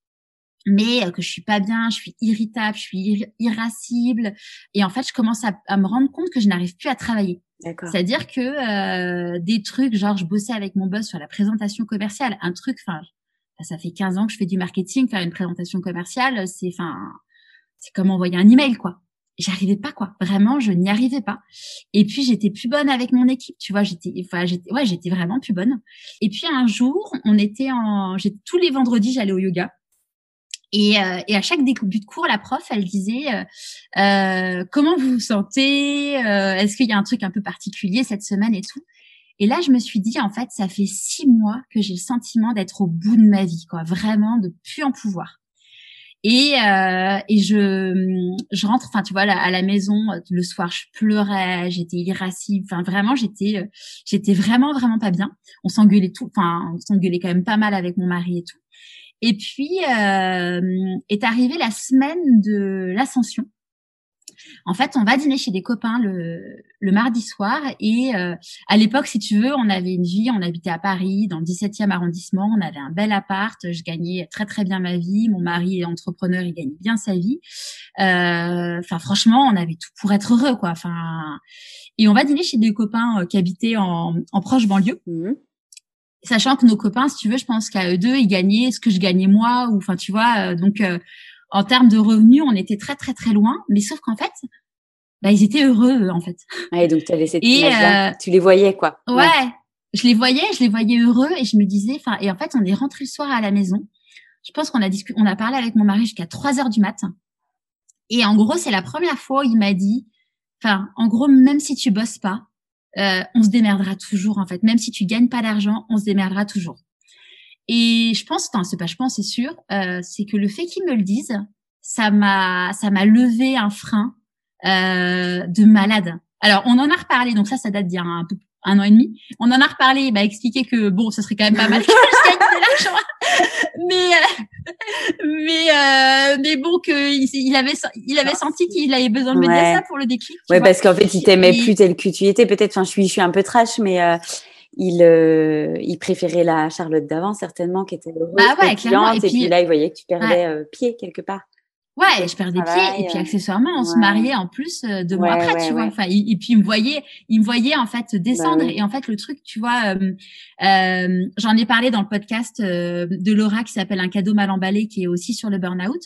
mais que je suis pas bien, je suis irritable, je suis ir- irascible et en fait je commence à, à me rendre compte que je n'arrive plus à travailler. D'accord. C'est-à-dire que euh, des trucs, genre je bossais avec mon boss sur la présentation commerciale, un truc, enfin ça fait quinze ans que je fais du marketing, faire une présentation commerciale, c'est enfin c'est comme envoyer un email quoi. J'arrivais pas quoi, vraiment je n'y arrivais pas. Et puis j'étais plus bonne avec mon équipe, tu vois, j'étais enfin j'étais ouais, j'étais vraiment plus bonne. Et puis un jour, on était en j'ai tous les vendredis, j'allais au yoga. Et, euh, et à chaque début de cours, la prof, elle disait euh, euh, comment vous vous sentez, euh, est-ce qu'il y a un truc un peu particulier cette semaine et tout. Et là, je me suis dit en fait, ça fait six mois que j'ai le sentiment d'être au bout de ma vie, quoi, vraiment de plus en pouvoir. Et euh, et je je rentre, enfin tu vois, à la maison le soir, je pleurais, j'étais irascible, enfin vraiment j'étais j'étais vraiment vraiment pas bien. On s'engueulait tout, enfin on s'engueulait quand même pas mal avec mon mari et tout. Et puis euh, est arrivée la semaine de l'Ascension. En fait, on va dîner chez des copains le, le mardi soir et euh, à l'époque, si tu veux, on avait une vie, on habitait à Paris, dans le dix-septième arrondissement, on avait un bel appart, je gagnais très très bien ma vie, mon mari est entrepreneur, il gagnait bien sa vie. Euh, Enfin, franchement, on avait tout pour être heureux, quoi. Enfin, et on va dîner chez des copains euh, qui habitaient en, en proche banlieue. Mmh. Sachant que nos copains, si tu veux, je pense qu'à eux deux, ils gagnaient ce que je gagnais moi, ou enfin, tu vois, euh, donc euh, en termes de revenus, on était très très très loin. Mais sauf qu'en fait, bah ils étaient heureux, en fait. Ouais, donc tu avais cette Et image-là, euh, tu les voyais quoi. ouais, Ouais. je les voyais, je les voyais heureux, et je me disais, enfin, et en fait, on est rentré le soir à la maison. Je pense qu'on a discuté, on a parlé avec mon mari jusqu'à trois heures du matin. Et en gros, c'est la première fois où il m'a dit, enfin, en gros, même si tu bosses pas, euh, on se démerdera toujours, en fait. Même si tu gagnes pas d'argent, on se démerdera toujours. Et je pense, enfin, c'est pas je pense, c'est sûr, euh, c'est que le fait qu'ils me le disent, ça m'a, ça m'a levé un frein euh, de malade. Alors, on en a reparlé, donc ça, ça date d'il y a un peu un an et demi. On en a reparlé, il m'a expliqué que bon, ça serait quand même pas mal que je gagne de l'argent, mais euh, mais euh, mais bon que il, il avait il avait senti qu'il avait besoin de me Ouais. dire ça pour le déclic. Tu Ouais, vois. parce qu'en fait, il t'aimait Et- plus tel que tu étais. Peut-être, enfin, je suis, je suis un peu trash, mais euh, il, euh, il préférait la Charlotte d'avant, certainement, qui était heureuse, Bah ouais, clairement. Et confiante. Et puis puis là, il voyait que tu ouais. perdais euh, pied quelque part. Ouais, Avec je le perdais pied et travail. puis euh, accessoirement on se Ouais, mariait en plus euh, deux mois ouais, après, ouais, tu vois. ouais. Enfin, il- et puis il me voyait, il me voyait en fait Bah descendre oui. et en fait le truc, tu vois, euh, euh, j'en ai parlé dans le podcast euh, de Laura qui s'appelle Un cadeau mal emballé, qui est aussi sur le burn-out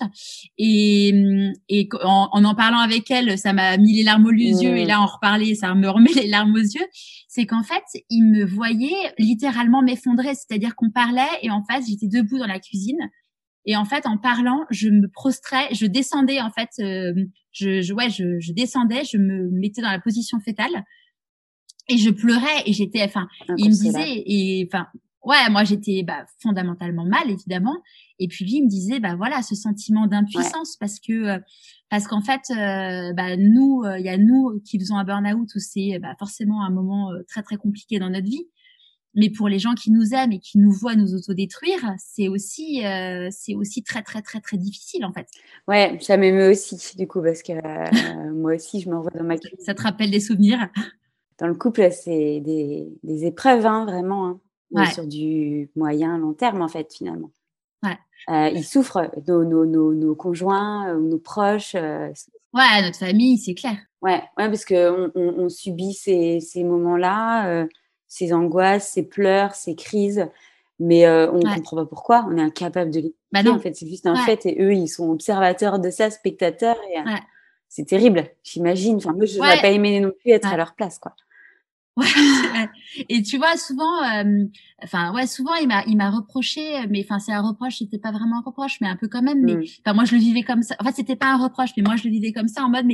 et et en, en en parlant avec elle, ça m'a mis les larmes aux yeux et Mmh. là en reparler, ça me remet les larmes aux yeux. C'est qu'en fait, il me voyait littéralement m'effondrer, c'est-à-dire qu'on parlait et en face j'étais debout dans la cuisine. Et en fait, en parlant, je me prostrais, je descendais en fait, euh, je, je ouais, je, je descendais, je me mettais dans la position fétale et je pleurais et j'étais, enfin, il me Inconsolable. disait et enfin, ouais, moi j'étais bah, fondamentalement mal évidemment. Et puis lui, il me disait, bah voilà, ce sentiment Ouais. d'impuissance parce que euh, parce qu'en fait, euh, bah nous, il y a nous qui faisons un burn-out où c'est bah, forcément un moment euh, très très compliqué dans notre vie. Mais pour les gens qui nous aiment et qui nous voient nous autodétruire, c'est aussi, euh, c'est aussi très, très, très, très difficile, en fait. Ouais, ça m'émeut aussi, du coup, parce que euh, moi aussi, je me revois dans ma cuisine. Ça te rappelle des souvenirs? Dans le couple, c'est des, des épreuves, hein, vraiment, hein, mais Ouais, sur du moyen, long terme, en fait, finalement. ouais. Euh, ils souffrent, nos, nos, nos, nos conjoints, euh, nos proches. euh, Ouais, notre famille, c'est clair. ouais, ouais, parce qu'on on, on subit ces, ces moments-là, euh, ces angoisses, ces pleurs, ces crises, mais euh, on ne Ouais. comprend pas pourquoi, on est incapable de Bah l'expliquer. En non. fait, c'est juste un Ouais, fait, et eux, ils sont observateurs de ça, spectateurs, et euh, ouais, c'est terrible, j'imagine. Enfin, moi, je n'aurais ouais, pas aimé non plus être à ouais. leur place, quoi. Ouais, c'est vrai. Et tu vois, souvent, euh, enfin, ouais, souvent, il m'a, il m'a reproché, mais enfin, c'est un reproche, c'était pas vraiment un reproche, mais un peu quand même, mais, Mm. enfin, moi, je le vivais comme ça. En fait, c'était pas un reproche, mais moi, je le vivais comme ça, en mode, mais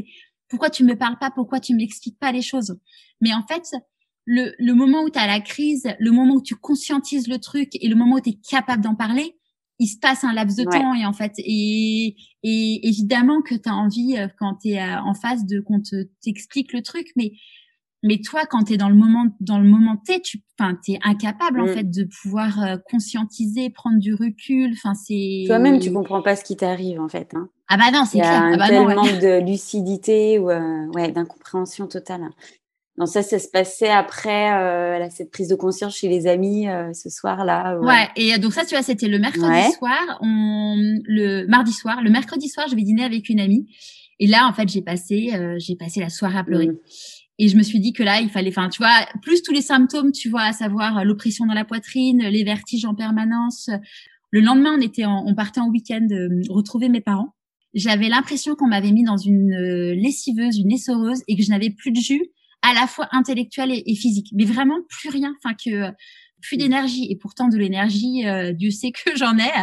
pourquoi tu me parles pas, pourquoi tu m'expliques pas les choses. Mais en fait, le, le moment où tu as la crise, le moment où tu conscientises le truc et le moment où tu es capable d'en parler, il se passe un laps de Ouais. temps et en fait et, et évidemment que tu as envie quand tu es en face de qu'on te t'explique le truc, mais mais toi quand tu es dans le moment dans le moment T, tu enfin tu es incapable Mm. en fait de pouvoir euh, conscientiser, prendre du recul, enfin c'est toi-même tu comprends pas ce qui t'arrive en fait, hein. Ah bah non, Il c'est y a clair. un Ah bah tel non, ouais. manque de lucidité ou euh, ouais, d'incompréhension totale. Non, ça, ça se passait après euh, là, cette prise de conscience chez les amis euh, ce soir-là. Ouais. Ouais, et donc ça, tu vois, c'était le mercredi Ouais. soir, on, le mardi soir, le mercredi soir, je vais dîner avec une amie. Et là, en fait, j'ai passé, euh, j'ai passé la soirée à pleurer. Mm. Et je me suis dit que là, il fallait, enfin, tu vois, plus tous les symptômes, tu vois, à savoir l'oppression dans la poitrine, les vertiges en permanence. Le lendemain, on était, en, on partait en week-end euh, retrouver mes parents. J'avais l'impression qu'on m'avait mis dans une euh, lessiveuse, une essoreuse, et que je n'avais plus de jus, à la fois intellectuel et, et physique, mais vraiment plus rien, enfin que plus d'énergie. Et pourtant de l'énergie, euh, Dieu sait que j'en ai.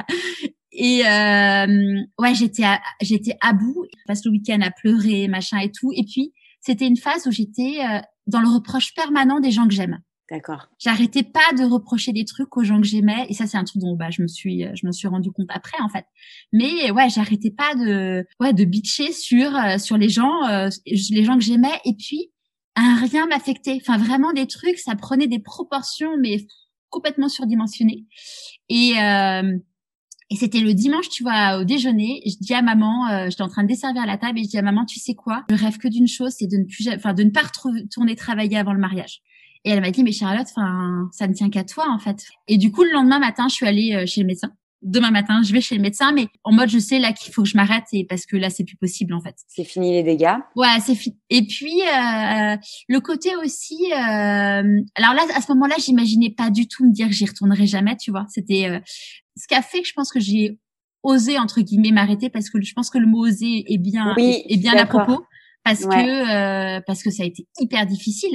Et euh, ouais, j'étais à, j'étais à bout. Je passe le week-end à pleurer, machin et tout. Et puis c'était une phase où j'étais euh, dans le reproche permanent des gens que j'aime. D'accord. J'arrêtais pas de reprocher des trucs aux gens que j'aimais, et ça c'est un truc dont bah je me suis je m'en suis rendu compte après en fait. Mais ouais, j'arrêtais pas de ouais de bitcher sur euh, sur les gens euh, les gens que j'aimais, et puis un rien m'affectait. Enfin vraiment des trucs, ça prenait des proportions mais complètement surdimensionnées. Et euh, et c'était le dimanche, tu vois, au déjeuner, je dis à maman, euh, j'étais en train de desservir à la table et je dis à maman, tu sais quoi, je rêve que d'une chose, c'est de ne plus, enfin, de ne pas retourner travailler avant le mariage. Et elle m'a dit, mais Charlotte, enfin, ça ne tient qu'à toi, en fait. Et du coup, le lendemain matin, je suis allée chez le médecin. Demain matin, je vais chez le médecin, mais en mode, je sais là qu'il faut que je m'arrête, et parce que là, c'est plus possible, en fait. C'est fini les dégâts. Ouais, c'est fini. Et puis euh, le côté aussi. Euh, alors là, à ce moment-là, j'imaginais pas du tout me dire que j'y retournerais jamais. Tu vois, c'était euh, ce qui a fait que je pense que j'ai osé entre guillemets m'arrêter, parce que je pense que le mot oser est bien Oui, est, est bien à propos. Parce ouais. que euh, parce que ça a été hyper difficile.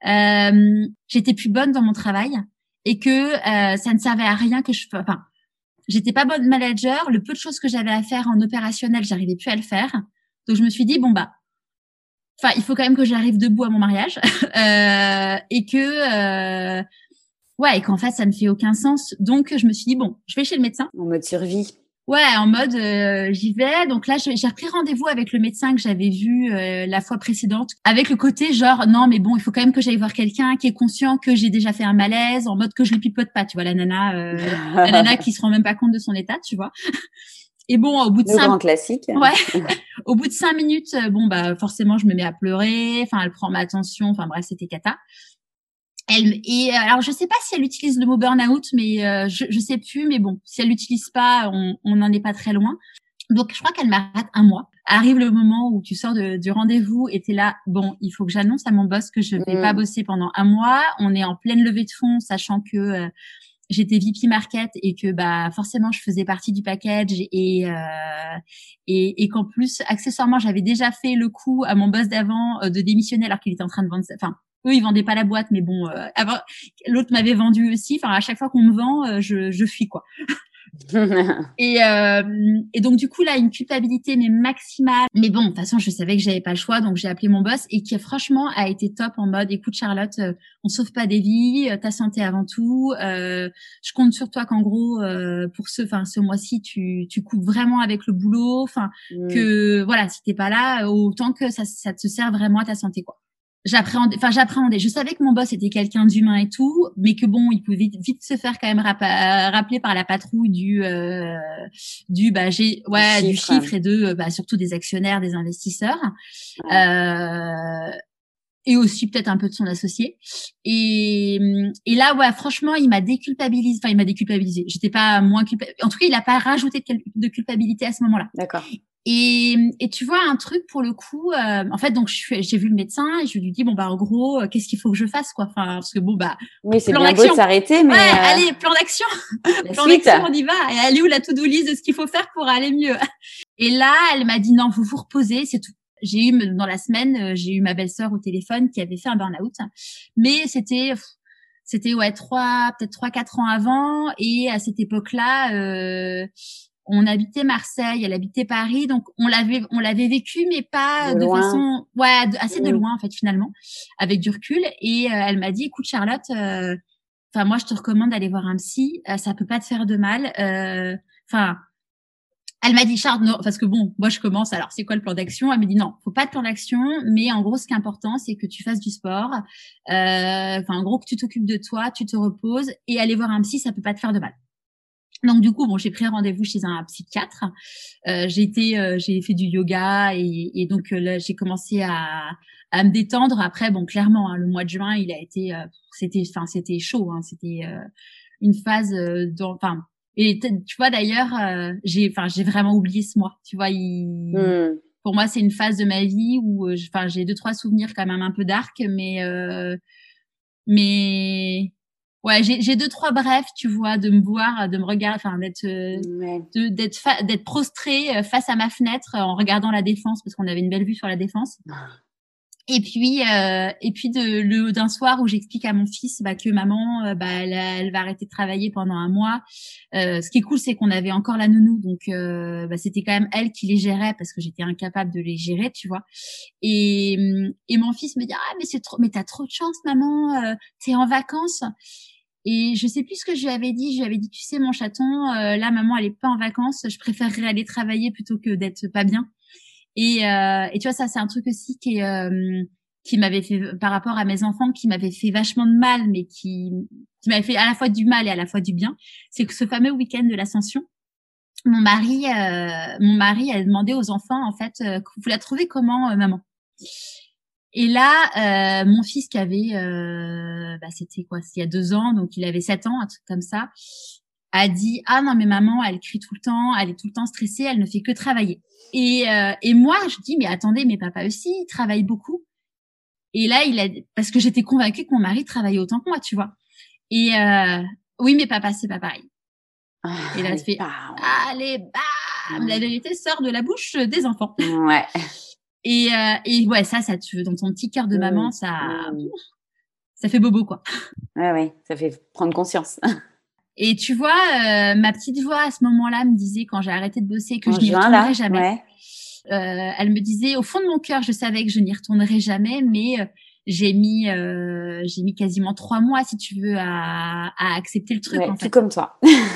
Euh, j'étais plus bonne dans mon travail et que euh, ça ne servait à rien que je enfin j'étais pas bonne manager. Le peu de choses que j'avais à faire en opérationnel, j'arrivais plus à le faire. Donc je me suis dit bon bah enfin il faut quand même que j'arrive debout à mon mariage euh, et que euh, ouais et qu'en fait ça ne fait aucun sens. Donc je me suis dit bon, je vais chez le médecin. En mode survie. Ouais, en mode euh, j'y vais. Donc là, j'ai repris rendez-vous avec le médecin que j'avais vu euh, la fois précédente, avec le côté genre non mais bon, il faut quand même que j'aille voir quelqu'un qui est conscient que j'ai déjà fait un malaise, en mode que je le pipote pas, tu vois, la nana, euh, la nana qui se rend même pas compte de son état, tu vois. Et bon, au bout de Le cinq, grand classique. Ouais. Au bout de cinq minutes, bon bah forcément je me mets à pleurer. Enfin, elle prend ma tension. Enfin bref, c'était cata. Elle, et alors je sais pas si elle utilise le mot burn-out, mais euh, je, je sais plus. Mais bon, si elle l'utilise pas, on on n'en est pas très loin. Donc je crois qu'elle m'arrête un mois. Arrive le moment où tu sors de, du rendez-vous et t'es là. Bon, il faut que j'annonce à mon boss que je vais mm. pas bosser pendant un mois. On est en pleine levée de fonds, sachant que euh, j'étais V P Market et que bah forcément je faisais partie du package, et euh, et, et qu'en plus accessoirement j'avais déjà fait le coup à mon boss d'avant euh, de démissionner alors qu'il était en train de vendre. Enfin, eux ils vendaient pas la boîte, mais bon, euh, avant l'autre m'avait vendu aussi. Enfin, à chaque fois qu'on me vend, euh, je je fuis quoi. et, euh, et donc du coup là une culpabilité mais maximale, mais bon de toute façon je savais que j'avais pas le choix, donc j'ai appelé mon boss et qui franchement a été top, en mode écoute Charlotte, euh, on sauve pas des vies, euh, ta santé avant tout, euh, je compte sur toi qu'en gros euh, pour ce enfin ce mois-ci tu tu coupes vraiment avec le boulot, enfin mm. que voilà, si t'es pas là autant que ça ça te sert vraiment à ta santé quoi. J'appréhendais, enfin j'appréhendais. Je savais que mon boss était quelqu'un d'humain et tout, mais que bon, il pouvait vite, vite se faire quand même rap- rappeler par la patrouille du euh, du bah j'ai ouais du chiffre, du chiffre et de bah surtout des actionnaires, des investisseurs, ouais. euh, et aussi peut-être un peu de son associé. Et et là ouais, franchement, il m'a déculpabilisé. Enfin, il m'a déculpabilisé. J'étais pas moins culpable. En tout cas, il a pas rajouté de, de culpabilité à ce moment-là. D'accord. Et, et tu vois un truc pour le coup, euh, en fait donc je suis, j'ai vu le médecin et je lui dis bon bah en gros euh, qu'est-ce qu'il faut que je fasse quoi, enfin parce que bon bah oui c'est bien beau de s'arrêter mais ouais, euh... allez plan d'action, plan d'action on y va, et elle est où la to-do list de ce qu'il faut faire pour aller mieux. Et là elle m'a dit non, vous vous reposez, c'est tout. J'ai eu dans la semaine j'ai eu ma belle-sœur au téléphone qui avait fait un burn-out, mais c'était c'était ouais trois peut-être trois quatre ans avant, et à cette époque-là euh, on habitait Marseille, elle habitait Paris, donc on l'avait, on l'avait vécu, mais pas de, de loin. façon, ouais, de, assez mmh. de loin en fait finalement, avec du recul. Et euh, elle m'a dit, écoute Charlotte, enfin euh, moi je te recommande d'aller voir un psy, euh, ça peut pas te faire de mal. Enfin, euh, elle m'a dit Charlotte, non, parce que bon, moi je commence. Alors c'est quoi le plan d'action? Elle me dit non, faut pas de plan d'action, mais en gros ce qui est important c'est que tu fasses du sport, enfin euh, en gros que tu t'occupes de toi, tu te reposes et aller voir un psy, ça peut pas te faire de mal. Donc du coup, bon, j'ai pris rendez-vous chez un psychiatre. Euh, j'ai été, euh, j'ai fait du yoga et, et donc euh, là, j'ai commencé à, à me détendre. Après, bon, clairement, hein, le mois de juin, il a été, euh, c'était, enfin, c'était chaud. Hein, c'était euh, une phase, enfin, et tu vois d'ailleurs, euh, j'ai, enfin, j'ai vraiment oublié ce mois. Tu vois, il, mmh. pour moi, c'est une phase de ma vie où, enfin, j'ai deux trois souvenirs quand même un peu dark, mais, euh, mais ouais, j'ai, j'ai deux, trois brefs, tu vois, de me voir, de me regarder, enfin, d'être, ouais. de, d'être, fa- d'être prostrée face à ma fenêtre en regardant la Défense, parce qu'on avait une belle vue sur la Défense. Et puis, euh, et puis de, le, d'un soir où j'explique à mon fils, bah, que maman, euh, bah, elle, elle va arrêter de travailler pendant un mois. Euh, ce qui est cool, c'est qu'on avait encore la nounou, donc, euh, bah, c'était quand même elle qui les gérait parce que j'étais incapable de les gérer, tu vois. Et, et mon fils me dit, ah, mais c'est trop, mais t'as trop de chance, maman, euh, t'es en vacances. Et je sais plus ce que je lui avais dit. Je lui avais dit, tu sais, mon chaton, euh, là, maman, elle est pas en vacances. Je préférerais aller travailler plutôt que d'être pas bien. Et, euh, et tu vois, ça, c'est un truc aussi qui est, euh, qui m'avait fait, par rapport à mes enfants, qui m'avait fait vachement de mal, mais qui, qui m'avait fait à la fois du mal et à la fois du bien. C'est que ce fameux week-end de l'Ascension, mon mari, euh, mon mari a demandé aux enfants, en fait, euh, vous la trouvez comment, euh, maman? Et là, euh, mon fils qui avait, euh, bah, c'était quoi, il y a deux ans, donc il avait sept ans, un truc comme ça, a dit, ah non mais maman, elle crie tout le temps, elle est tout le temps stressée, elle ne fait que travailler. Et, euh, et moi, je dis, mais attendez, mais papa aussi, il travaille beaucoup. Et là, il a, parce que j'étais convaincue que mon mari travaillait autant que moi, tu vois. Et euh, oui, mais papa, c'est pas pareil. Ah, et là, je fais, allez, bam, la vérité sort de la bouche des enfants. Ouais. Et, euh, et ouais, ça, ça tue. Dans ton petit cœur de maman, mmh. ça, mmh. ça fait bobo, quoi. Ouais, ouais, ça fait prendre conscience. Et tu vois, euh, ma petite voix à ce moment-là me disait, quand j'ai arrêté de bosser, que en je n'y juin, retournerai là, jamais. Ouais. Euh, elle me disait, au fond de mon cœur, je savais que je n'y retournerai jamais, mais euh, j'ai mis, euh, j'ai mis quasiment trois mois, si tu veux, à, à accepter le truc, ouais, en tout fait. comme toi.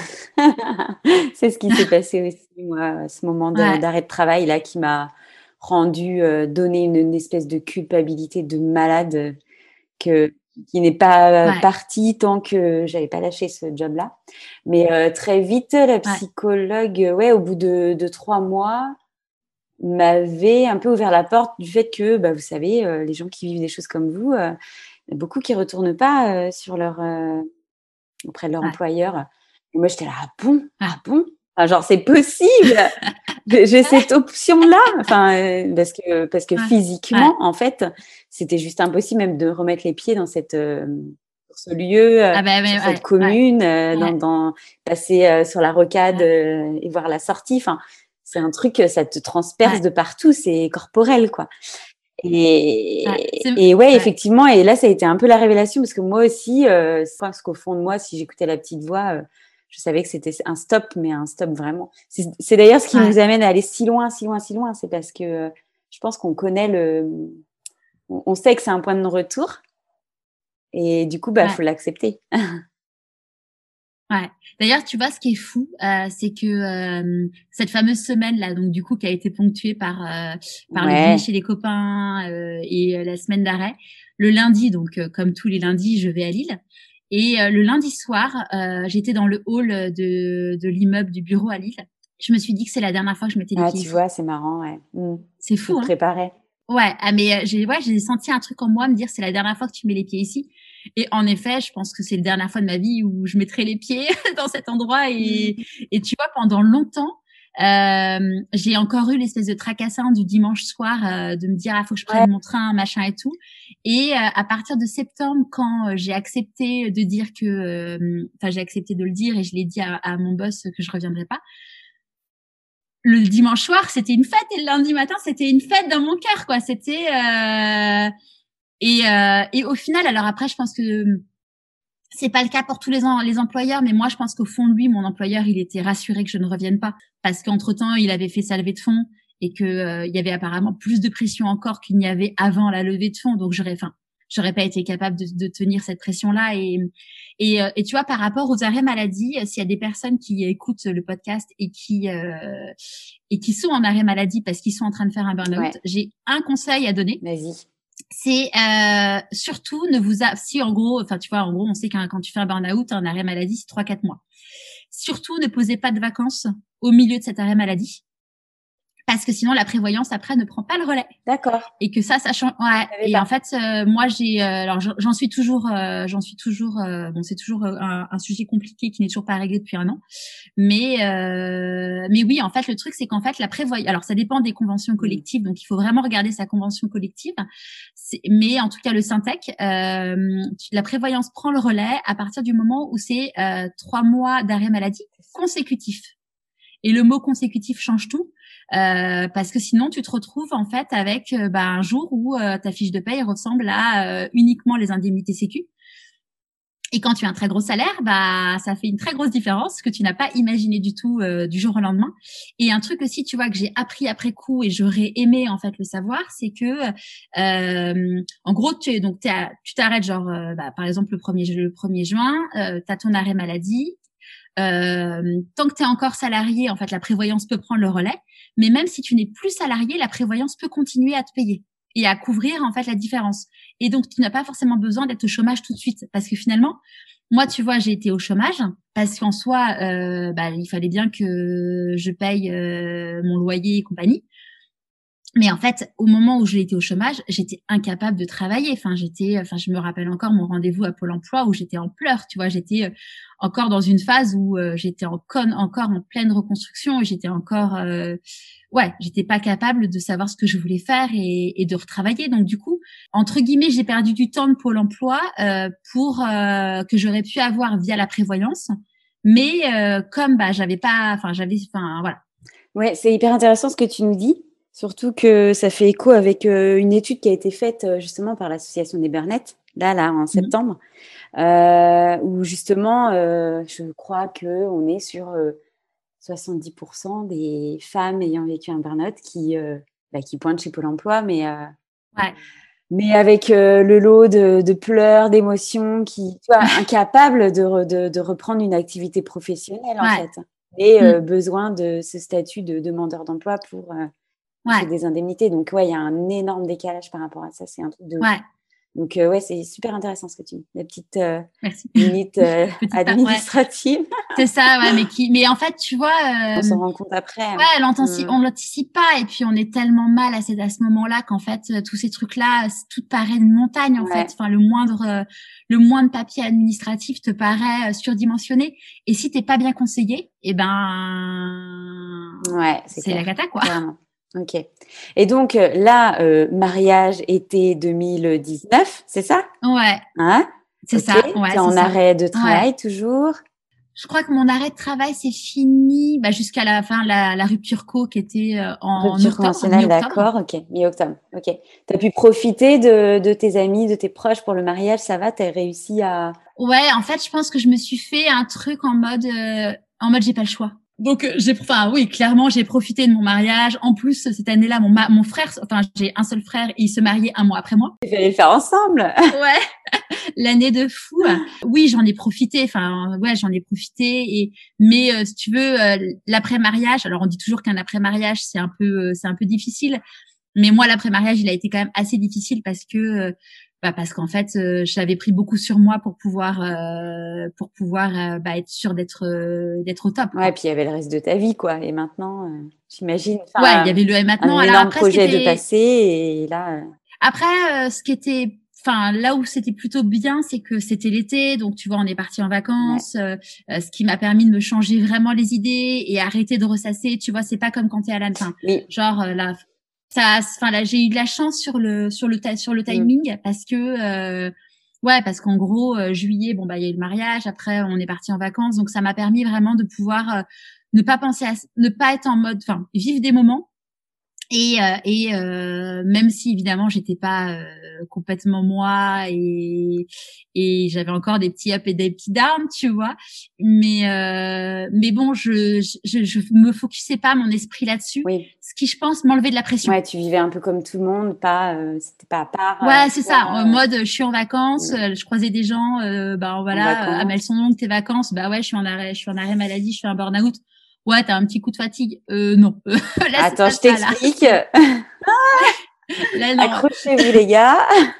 C'est ce qui s'est passé aussi, moi, à ce moment de, Ouais. d'arrêt de travail, là, qui m'a rendu, euh, donné une, une espèce de culpabilité de malade euh, que, qui n'est pas Ouais. partie tant que j'avais pas lâché ce job-là. Mais euh, très vite, la psychologue, ouais, ouais au bout de, de trois mois, m'avait un peu ouvert la porte du fait que, bah, vous savez, euh, les gens qui vivent des choses comme vous, euh, il y a beaucoup qui retournent pas euh, sur leur, euh, auprès de leur Ouais. employeur. Et moi, j'étais là, ah bon, Ouais. ah bon, enfin, genre, c'est possible. j'ai, j'ai cette option-là, enfin, euh, parce que, parce que Ouais. physiquement, Ouais. en fait, c'était juste impossible même de remettre les pieds dans cette, euh, sur ce lieu, euh, Ah bah, mais, sur ouais. cette commune, Ouais. euh, dans, Ouais. dans, passer euh, sur la rocade Ouais. euh, et voir la sortie. Enfin, c'est un truc, ça te transperce Ouais. de partout, c'est corporel, quoi. Et, Ouais. et ouais, ouais, effectivement, et là, ça a été un peu la révélation parce que moi aussi, euh, je pense qu'au fond de moi, si j'écoutais la petite voix, euh, je savais que c'était un stop, mais un stop vraiment. C'est, c'est d'ailleurs ce qui ouais. nous amène à aller si loin, si loin, si loin. C'est parce que euh, je pense qu'on connaît le, on, on sait que c'est un point de non-retour, et du coup, bah, ouais. faut l'accepter. Ouais. D'ailleurs, tu vois, ce qui est fou, euh, c'est que euh, cette fameuse semaine là, donc du coup, qui a été ponctuée par euh, par le dîner Ouais. chez les copains euh, et euh, la semaine d'arrêt, le lundi, donc euh, comme tous les lundis, je vais à Lille. Et euh, le lundi soir, euh, j'étais dans le hall de de l'immeuble du bureau à Lille. Je me suis dit que c'est la dernière fois que je mettais les Ah, pieds tu ici. vois, c'est marrant, ouais. Mmh. C'est Tu fou, te hein. préparais. Ouais, ah mais euh, j'ai ouais, j'ai senti un truc en moi me dire c'est la dernière fois que tu mets les pieds ici. Et en effet, je pense que c'est la dernière fois de ma vie où je mettrai les pieds dans cet endroit. Et, et tu vois, pendant longtemps, euh, j'ai encore eu l'espèce de tracassin du dimanche soir euh, de me dire ah faut que je prenne Ouais. mon train, machin et tout. Et euh, à partir de septembre, quand euh, j'ai accepté de dire que, enfin euh, j'ai accepté de le dire et je l'ai dit à, à mon boss que je reviendrai pas. Le dimanche soir, c'était une fête et le lundi matin, c'était une fête dans mon cœur, quoi. C'était euh... et euh, et au final, alors après, je pense que C'est pas le cas pour tous les, en, les employeurs, mais moi, je pense qu'au fond de lui, mon employeur, il était rassuré que je ne revienne pas parce qu'entre-temps, il avait fait sa levée de fonds et que euh, il y avait apparemment plus de pression encore qu'il n'y avait avant la levée de fonds. Donc, j'aurais, enfin, j'aurais pas été capable de, de tenir cette pression-là. Et, et, et tu vois, par rapport aux arrêts maladie, s'il y a des personnes qui écoutent le podcast et qui euh, et qui sont en arrêt maladie parce qu'ils sont en train de faire un burn-out, ouais. J'ai un conseil à donner. Vas-y. C'est euh, surtout ne vous a... si en gros, enfin tu vois, en gros, on sait que quand tu fais un burn-out, un arrêt maladie, c'est trois quatre mois. Surtout ne posez pas de vacances au milieu de cet arrêt maladie. Parce que sinon la prévoyance après ne prend pas le relais. D'accord. Et que ça, ça change. Ouais. Et pas. En fait, euh, moi j'ai, euh, alors j'en suis toujours, euh, j'en suis toujours. Euh, bon, c'est toujours un, un sujet compliqué qui n'est toujours pas réglé depuis un an. Mais, euh, mais oui, en fait, le truc c'est qu'en fait la prévoyance. Alors ça dépend des conventions collectives, donc il faut vraiment regarder sa convention collective. C'est, mais en tout cas le Syntec, euh, la prévoyance prend le relais à partir du moment où c'est euh, trois mois d'arrêt maladie consécutifs. Et le mot consécutif change tout. Euh, parce que sinon tu te retrouves en fait avec euh, bah, un jour où euh, ta fiche de paye ressemble à euh, uniquement les indemnités sécu. Et quand tu as un très gros salaire, bah ça fait une très grosse différence que tu n'as pas imaginé du tout euh, du jour au lendemain. Et un truc aussi, tu vois, que j'ai appris après coup et j'aurais aimé en fait le savoir, c'est que euh, en gros, tu donc t'es à, tu t'arrêtes genre euh, bah, par exemple le premier le premier juin, euh, tu as ton arrêt maladie. Euh, tant que tu es encore salarié, en fait, la prévoyance peut prendre le relais. Mais même si tu n'es plus salarié, la prévoyance peut continuer à te payer et à couvrir en fait la différence. Et donc, tu n'as pas forcément besoin d'être au chômage tout de suite, parce que finalement, moi, tu vois, j'ai été au chômage parce qu'en soi, euh, bah, il fallait bien que je paye euh, mon loyer et compagnie. Mais en fait, au moment où j'ai été au chômage, j'étais incapable de travailler. Enfin, j'étais, enfin, je me rappelle encore mon rendez-vous à Pôle Emploi où j'étais en pleurs. Tu vois, j'étais encore dans une phase où euh, j'étais en con, encore en pleine reconstruction et j'étais encore, euh, ouais, j'étais pas capable de savoir ce que je voulais faire et, et de retravailler. Donc du coup, entre guillemets, j'ai perdu du temps de Pôle Emploi euh, pour euh, que j'aurais pu avoir via la prévoyance. Mais euh, comme bah j'avais pas, enfin j'avais, enfin voilà. Ouais, c'est hyper intéressant ce que tu nous dis. Surtout que ça fait écho avec euh, une étude qui a été faite euh, justement par l'association des Burnettes, là, là, en septembre, mmh. euh, où justement, euh, je crois qu'on est sur euh, soixante-dix pour cent des femmes ayant vécu un burn-out qui, euh, bah, qui pointent chez Pôle emploi, mais, euh, ouais. mais avec euh, le lot de, de pleurs, d'émotions, qui, tu vois, incapables de, re, de, de reprendre une activité professionnelle, en ouais. fait, et euh, mmh. besoin de ce statut de demandeur d'emploi pour... Euh, Ouais. C'est des indemnités. Donc, ouais, il y a un énorme décalage par rapport à ça. C'est un truc de... Ouais. Donc, euh, ouais, c'est super intéressant ce que tu dis. La petite euh, minute euh, administrative. Ouais. C'est ça, ouais, mais qui, mais en fait, tu vois... Euh, on s'en rend compte après. Ouais, hein. l'anticipe, mmh. on l'anticipe pas. Et puis, on est tellement mal à, à ce moment-là qu'en fait, tous ces trucs-là, tout paraît une montagne, en ouais. fait. Enfin, le moindre, euh, le moindre papier administratif te paraît euh, surdimensionné. Et si t'es pas bien conseillé, eh ben... Ouais, c'est, c'est la cata, quoi. Clairement. Ok. Et donc là, euh, mariage été deux mille dix-neuf, c'est ça? Ouais. Hein? C'est okay. ça. Ouais, t'es en c'est arrêt ça. de travail ouais. toujours? Je crois que mon arrêt de travail c'est fini bah, jusqu'à la fin, la, la rupture co qui était euh, en rupture octobre. conventionnelle, d'accord. Ok, mi-octobre. Ok. T'as pu profiter de, de tes amis, de tes proches pour le mariage, ça va? T'as réussi à... Ouais, en fait, je pense que je me suis fait un truc en mode, euh, en mode j'ai pas le choix. Donc j'ai, enfin oui, clairement j'ai profité de mon mariage. En plus cette année-là, mon ma, mon frère, enfin j'ai un seul frère et il se mariait un mois après moi. Il fallait le faire ensemble. Ouais, l'année de fou. Oui, j'en ai profité. Enfin ouais, j'en ai profité. Et mais euh, si tu veux, euh, l'après-mariage. Alors on dit toujours qu'un après-mariage c'est un peu, euh, c'est un peu difficile. Mais moi l'après-mariage il a été quand même assez difficile parce que euh, bah parce qu'en fait euh, j'avais pris beaucoup sur moi pour pouvoir euh, pour pouvoir euh, bah, être sûre d'être euh, d'être au top. Ouais, puis il y avait le reste de ta vie quoi. Et maintenant, euh, j'imagine. Ouais, il y avait le et maintenant. Un Alors, énorme après, projet était... de passer et là. Euh... Après, euh, ce qui était, enfin là où c'était plutôt bien, c'est que c'était l'été, donc tu vois, on est parti en vacances, ouais. euh, ce qui m'a permis de me changer vraiment les idées et arrêter de ressasser. Tu vois, c'est pas comme quand t'es à la fin. Oui. Genre euh, là. Ça, enfin là, j'ai eu de la chance sur le sur le sur le timing mmh. parce que euh, ouais, parce qu'en gros euh, juillet, bon bah il y a eu le mariage, après on est parti en vacances, donc ça m'a permis vraiment de pouvoir euh, ne pas penser à ne pas être en mode, enfin vivre des moments Et, euh, et euh, même si évidemment j'étais pas euh, complètement moi et et j'avais encore des petits ups et des petits downs, tu vois, mais euh, mais bon, je, je je me focusais pas mon esprit là-dessus, Oui. ce qui je pense m'enlevait de la pression. Ouais, tu vivais un peu comme tout le monde, pas euh, c'était pas à part. Ouais, euh, c'est toi, ça, en mode je suis en vacances, euh, euh, je croisais des gens, euh, bah en voilà, euh, ah mais elles vacances. sont longues tes vacances, bah ouais, je suis en arrêt, je suis en arrêt maladie, je suis en burn-out. Ouais, t'as un petit coup de fatigue. Euh non, là c'est Attends, pas je ça là. t'explique. Là non. Accrochez-vous les gars.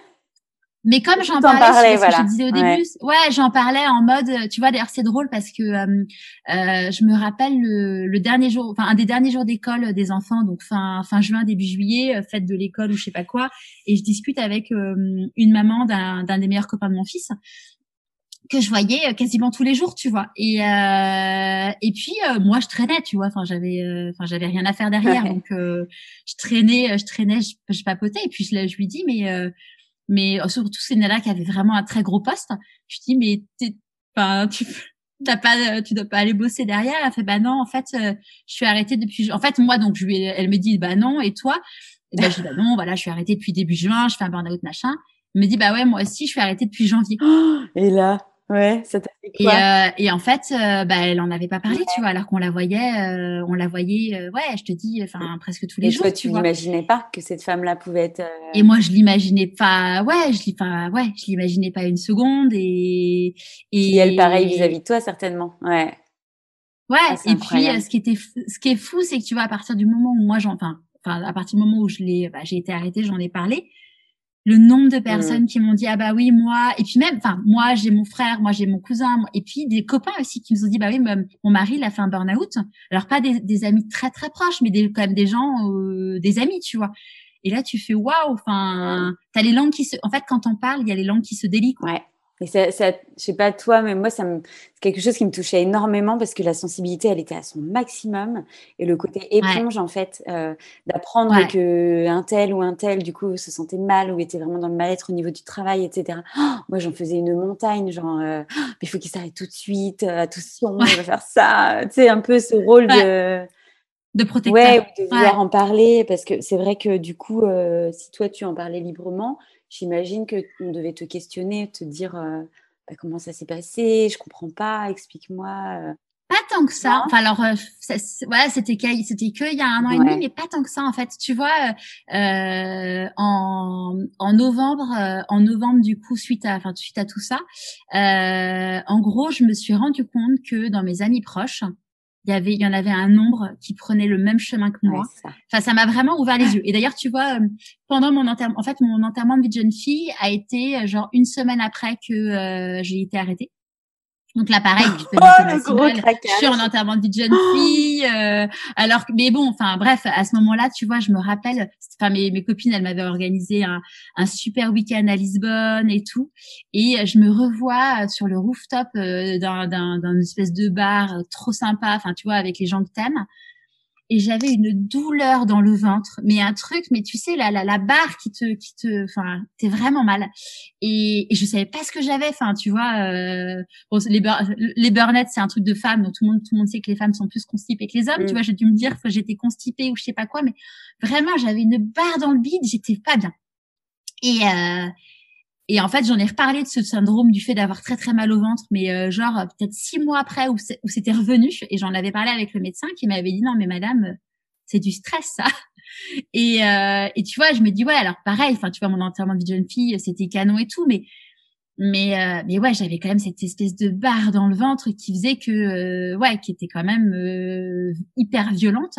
Mais comme Faut j'en tout en parlais, parler, c'est ce que je voilà. disais au début, Ouais. ouais, j'en parlais en mode, tu vois, d'ailleurs c'est drôle parce que euh, euh, je me rappelle le, le dernier jour, enfin un des derniers jours d'école des enfants, donc fin fin juin début juillet, euh, fête de l'école ou je sais pas quoi, et je discute avec euh, une maman d'un d'un des meilleurs copains de mon fils que je voyais quasiment tous les jours, tu vois. Et euh, et puis euh, moi je traînais, tu vois. Enfin j'avais, euh, enfin j'avais rien à faire derrière, Ouais. donc euh, je traînais, je traînais, je, je papotais. Et puis je, je lui dis mais euh, mais surtout c'est une nana qui avait vraiment un très gros poste. Je dis mais t'es, enfin tu t'as pas, tu dois pas aller bosser derrière. Elle fait bah non en fait euh, je suis arrêtée depuis. En fait moi donc je lui, elle me dit bah non et toi. Et ben je dis bah non voilà je suis arrêtée depuis début juin, je fais un burn-out machin. Elle me dit bah ouais moi aussi je suis arrêtée depuis janvier. Et là, ouais, ça t'a fait Et, quoi? euh, et en fait, euh, bah, elle en avait pas parlé, tu Ouais. vois, alors qu'on la voyait, euh, on la voyait, euh, ouais, je te dis, enfin presque tous les Et toi, jours, tu tu vois. l'imaginais pas que cette femme-là pouvait être. Et euh, moi, je l'imaginais pas, ouais, je l'ai, enfin, ouais, je l'imaginais pas une seconde. Et Puis elle, pareil et vis-à-vis de toi, certainement. Ouais. Ah, ouais. c'est Et puis, euh, incroyable. ce qui était, fou- ce qui est fou, c'est que tu vois, à partir du moment où moi, j'en, enfin, enfin, à partir du moment où je l'ai, bah, j'ai été arrêtée, j'en ai parlé. Le nombre de Mm. personnes qui m'ont dit ah bah oui moi et puis même enfin moi j'ai mon frère, moi j'ai mon cousin moi- et puis des copains aussi qui nous ont dit bah oui mon, mon mari il a fait un burn-out, alors pas des, des amis très très proches mais des, quand même des gens euh, des amis tu vois, et là tu fais waouh, enfin t'as les langues qui se en fait quand on parle il y a les langues qui se délient quoi. Ouais. Et ça, ça, je sais pas toi, mais moi, ça me, c'est quelque chose qui me touchait énormément parce que la sensibilité, elle était à son maximum. Et le côté Ouais, éponge, en fait, euh, d'apprendre ouais, que un tel ou un tel, du coup, se sentait mal ou était vraiment dans le mal-être au niveau du travail, et cetera. Oh, moi, j'en faisais une montagne, genre, euh, oh, mais il faut qu'il s'arrête tout de suite, euh, attention, il va ouais, faire ça. Tu sais, un peu ce rôle ouais, de, de ouais, protecteur, ou de ouais. vouloir en parler, parce que c'est vrai que du coup, euh, si toi tu en parlais librement, j'imagine que on devait te questionner, te dire euh, bah, comment ça s'est passé, je comprends pas, explique-moi. euh. Pas tant que ça. Non? Enfin, alors, euh, ça, c'est- ouais, c'était que, c'était que il y a un an et demi, Ouais, mais pas tant que ça en fait. Tu vois, euh, euh, en, en novembre, euh, en novembre du coup, suite à, enfin, suite à tout ça, euh, en gros, je me suis rendu compte que dans mes amis proches, il y avait, il y en avait un nombre qui prenait le même chemin que ouais, moi. c'est ça. Enfin, ça m'a vraiment ouvert les yeux. Et d'ailleurs, tu vois, euh, pendant mon enterrement, en fait, mon enterrement de vie de jeune fille a été euh, genre une semaine après que euh, j'ai été arrêtée. Donc là, pareil, tu te Oh, dis c'est pas le si gros mal. Je suis en craquage. enterrement de vie de jeune Oh, fille, euh, alors que, mais bon, enfin bref, à ce moment-là, tu vois, je me rappelle, enfin mes, mes copines, elles m'avaient organisé un, un super week-end à Lisbonne et tout, et je me revois sur le rooftop euh, d'un, d'un, d'un espèce de bar trop sympa, enfin tu vois, avec les gens que t'aimes. Et j'avais une douleur dans le ventre, mais un truc, mais tu sais, la, la, la barre qui te, qui te, enfin, t'es vraiment mal. Et, et je savais pas ce que j'avais, enfin, tu vois, euh, bon, les, bur- les burnettes, c'est un truc de femme, donc tout le monde, tout le monde sait que les femmes sont plus constipées que les hommes, tu mm. vois, j'ai dû me dire que j'étais constipée ou je sais pas quoi, mais vraiment, j'avais une barre dans le bide, j'étais pas bien. Et, euh, et en fait, j'en ai reparlé de ce syndrome du fait d'avoir très très mal au ventre, mais euh, genre euh, peut-être six mois après où, c'est- où c'était revenu, et j'en avais parlé avec le médecin qui m'avait dit non mais madame, euh, c'est du stress ça. Et, euh, et tu vois, je me dis ouais alors pareil, enfin tu vois mon enterrement de vie de jeune fille, c'était canon et tout, mais mais euh, mais ouais j'avais quand même cette espèce de barre dans le ventre qui faisait que euh, ouais qui était quand même euh, hyper violente.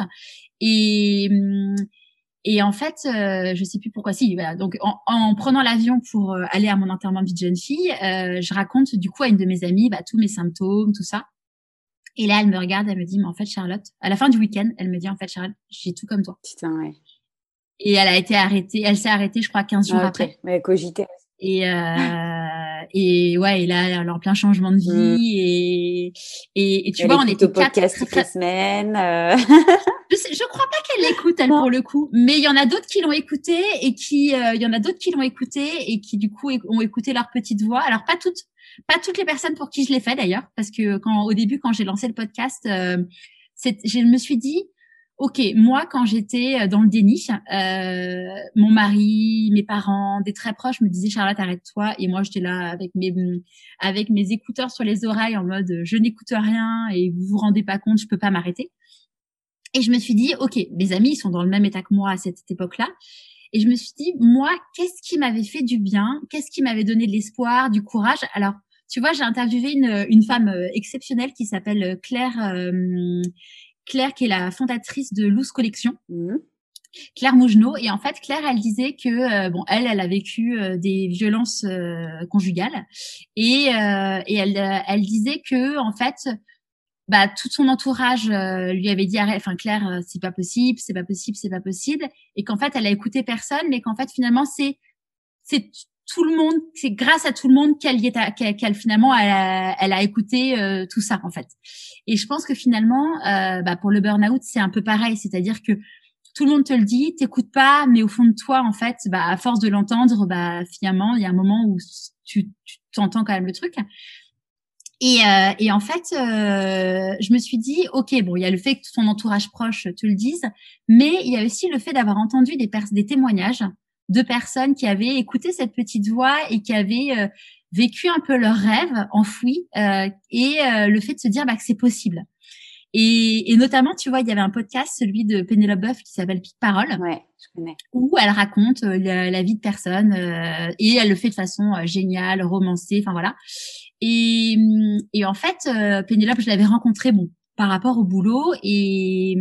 Et hum, et en fait, euh, je sais plus pourquoi. Si, voilà. Donc, en, en prenant l'avion pour euh, aller à mon enterrement de vie de jeune fille, euh, je raconte du coup à une de mes amies bah, tous mes symptômes, tout ça. Et là, elle me regarde, elle me dit, mais en fait, Charlotte, à la fin du week-end, elle me dit, en fait, Charlotte, j'ai tout comme toi. Putain, ouais. Et elle a été arrêtée, elle s'est arrêtée, je crois, quinze jours Ah, après. ok, mais cogiter. Et, euh, et ouais, et là, elle est en plein changement de Mm. vie. Et, et, et tu Elle vois, on écoute au était quatre podcast très, toutes les très, semaines. euh. Je, sais, je crois pas qu'elle l'écoute elle Non. pour le coup, mais il y en a d'autres qui l'ont écouté et qui, euh, il y en a d'autres qui l'ont écouté et qui du coup ont écouté leur petite voix. Alors pas toutes, pas toutes les personnes pour qui je l'ai fait d'ailleurs, parce que quand au début quand j'ai lancé le podcast, euh, c'est, je me suis dit ok, moi, quand j'étais dans le déni, euh, mon mari, mes parents, des très proches me disaient Charlotte, arrête-toi. Et moi, j'étais là avec mes avec mes écouteurs sur les oreilles en mode je n'écoute rien et vous vous rendez pas compte, je peux pas m'arrêter. Et je me suis dit, ok, mes amis, ils sont dans le même état que moi à cette époque-là. Et je me suis dit, moi, qu'est-ce qui m'avait fait du bien? Qu'est-ce qui m'avait donné de l'espoir, du courage? Alors, tu vois, j'ai interviewé une, une femme exceptionnelle qui s'appelle Claire, euh, Claire, qui est la fondatrice de Loose Collection. Mmh. Claire Mougenot. Et en fait, Claire, elle disait que, euh, bon, elle, elle a vécu euh, des violences euh, conjugales. Et, euh, et elle, elle disait que, en fait, bah, tout son entourage euh, lui avait dit, arrête, enfin, Claire, euh, c'est pas possible, c'est pas possible, c'est pas possible. Et qu'en fait, elle a écouté personne, mais qu'en fait, finalement, c'est, c'est tout le monde, c'est grâce à tout le monde qu'elle y est, à, qu'elle, qu'elle finalement, elle a, elle a écouté euh, tout ça, en fait. Et je pense que finalement, euh, bah, pour le burn-out, c'est un peu pareil. C'est-à-dire que tout le monde te le dit, t'écoutes pas, mais au fond de toi, en fait, bah, à force de l'entendre, bah, finalement, il y a un moment où tu, tu t'entends quand même le truc. Et, euh, et en fait, euh, je me suis dit, ok, bon, il y a le fait que ton entourage proche te le dise, mais il y a aussi le fait d'avoir entendu des, pers- des témoignages de personnes qui avaient écouté cette petite voix et qui avaient euh, vécu un peu leur rêve enfoui, euh, et euh, le fait de se dire bah, que c'est possible. Et, et notamment, tu vois, il y avait un podcast, celui de Pénélope Boeuf, qui s'appelle Pique Parole. Ouais, je connais. Où elle raconte euh, la, la vie de personnes euh, et elle le fait de façon euh, géniale, romancée, enfin voilà. Et, et en fait, euh, Pénélope, je l'avais rencontrée, bon, par rapport au boulot et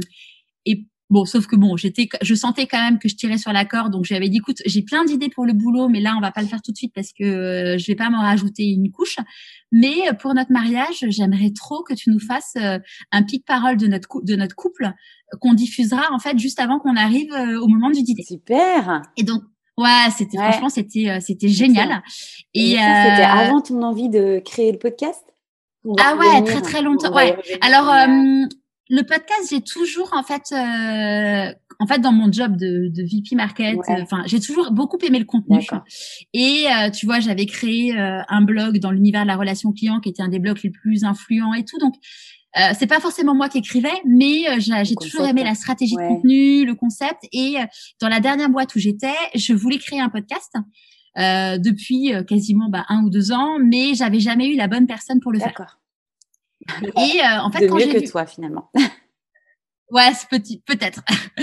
et bon, sauf que bon, j'étais, je sentais quand même que je tirais sur la corde, donc j'avais dit, écoute, j'ai plein d'idées pour le boulot, mais là, on va pas le faire tout de suite parce que euh, je vais pas m'en rajouter une couche. Mais pour notre mariage, j'aimerais trop que tu nous fasses euh, un pique-parole de notre cou- de notre couple euh, qu'on diffusera en fait juste avant qu'on arrive euh, au moment du dîner. Super. Et donc, ouais, c'était ouais. franchement, c'était euh, c'était génial. Et, et ça, euh... c'était avant ton envie de créer le podcast? Ah ouais, revenir, très très longtemps. Ouais. Alors. Euh, Le podcast, j'ai toujours en fait, euh, en fait dans mon job de, de V P Market, enfin, ouais. euh, j'ai toujours beaucoup aimé le contenu. D'accord. Et euh, tu vois, j'avais créé euh, un blog dans l'univers de la relation client qui était un des blogs les plus influents et tout. Donc, euh, c'est pas forcément moi qui écrivais, mais euh, j'ai, j'ai toujours aimé la stratégie ouais. de contenu, le concept. Et euh, dans la dernière boîte où j'étais, je voulais créer un podcast. Euh, depuis euh, quasiment bah, un ou deux ans, mais j'avais jamais eu la bonne personne pour le D'accord. faire. Et euh, en fait, de quand mieux j'ai que vu... toi finalement. Ouais, c'est petit, peut-être.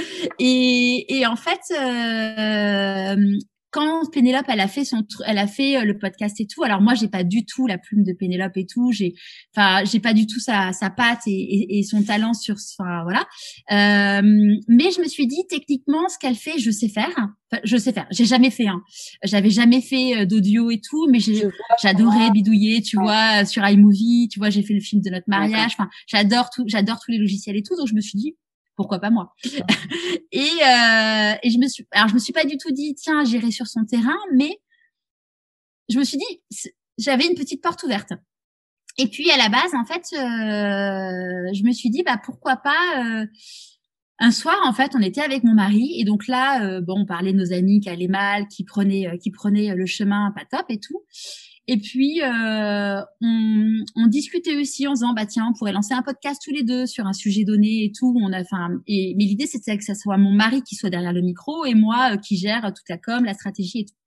Et, et en fait, euh, quand Pénélope, elle a fait son, elle a fait le podcast et tout. Alors moi, j'ai pas du tout la plume de Pénélope et tout. J'ai, enfin, j'ai pas du tout sa, sa patte et, et, et son talent sur, enfin voilà. Euh, mais je me suis dit, techniquement, ce qu'elle fait, je sais faire. Enfin, je sais faire. J'ai jamais fait. Hein. J'avais jamais fait d'audio et tout, mais j'ai, j'adorais bidouiller. Tu ouais. vois, sur iMovie. Tu vois, j'ai fait le film de notre mariage. Enfin, j'adore tout, j'adore tous les logiciels et tout. Donc je me suis dit, pourquoi pas moi. et euh, et je me suis, alors je me suis pas du tout dit tiens j'irai sur son terrain, mais je me suis dit j'avais une petite porte ouverte. Et puis à la base en fait, euh, je me suis dit bah pourquoi pas. Euh, Un soir, en fait, on était avec mon mari et donc là, euh, bon, on parlait de nos amis qui allaient mal, qui prenaient, euh, qui prenaient le chemin pas top et tout. Et puis, euh, on, on discutait aussi en disant, bah tiens, on pourrait lancer un podcast tous les deux sur un sujet donné et tout. On a, enfin, et mais l'idée c'était que ça soit mon mari qui soit derrière le micro et moi euh, qui gère toute la com, la stratégie et tout.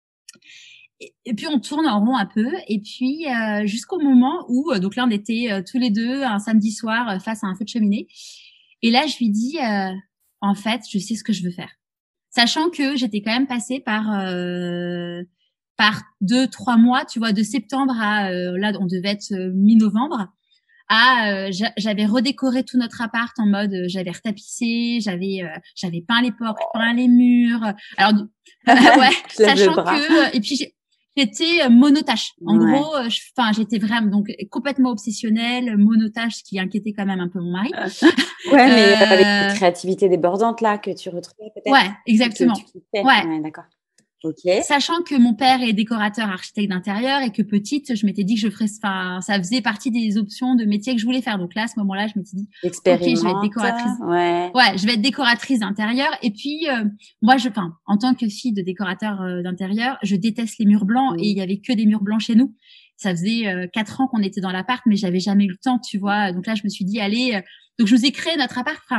Et, et puis on tourne en rond un peu et puis euh, jusqu'au moment où, euh, donc là, on était euh, tous les deux un samedi soir euh, face à un feu de cheminée. Et là, je lui dis, euh, en fait, je sais ce que je veux faire. Sachant que j'étais quand même passée par euh, par deux, trois mois, tu vois, de septembre à euh, là, on devait être euh, mi-novembre. À euh, j'avais redécoré tout notre appart en mode, euh, j'avais retapissé, j'avais euh, j'avais peint les portes, peint les murs. Alors ouais, sachant que et puis j'ai, J'étais monotâche. En ouais. gros, enfin, j'étais vraiment donc complètement obsessionnelle, monotâche, ce qui inquiétait quand même un peu mon mari. ouais, mais euh, avec cette créativité débordante là que tu retrouvais peut-être. Ouais, exactement. Que tu kiffais. Ouais, ouais d'accord. Okay. Sachant que mon père est décorateur architecte d'intérieur et que petite, je m'étais dit que je ferais, enfin, ça faisait partie des options de métier que je voulais faire. Donc là, à ce moment-là, je m'étais dit, ok, je vais être décoratrice. Ouais. Ouais, je vais être décoratrice d'intérieur. Et puis, euh, moi, je, enfin, en tant que fille de décorateur euh, d'intérieur, je déteste les murs blancs mmh. et il y avait que des murs blancs chez nous. Ça faisait euh, quatre ans qu'on était dans l'appart, mais j'avais jamais eu le temps, tu vois. Donc là, je me suis dit, allez, euh, donc je vous ai créé notre appart. Enfin,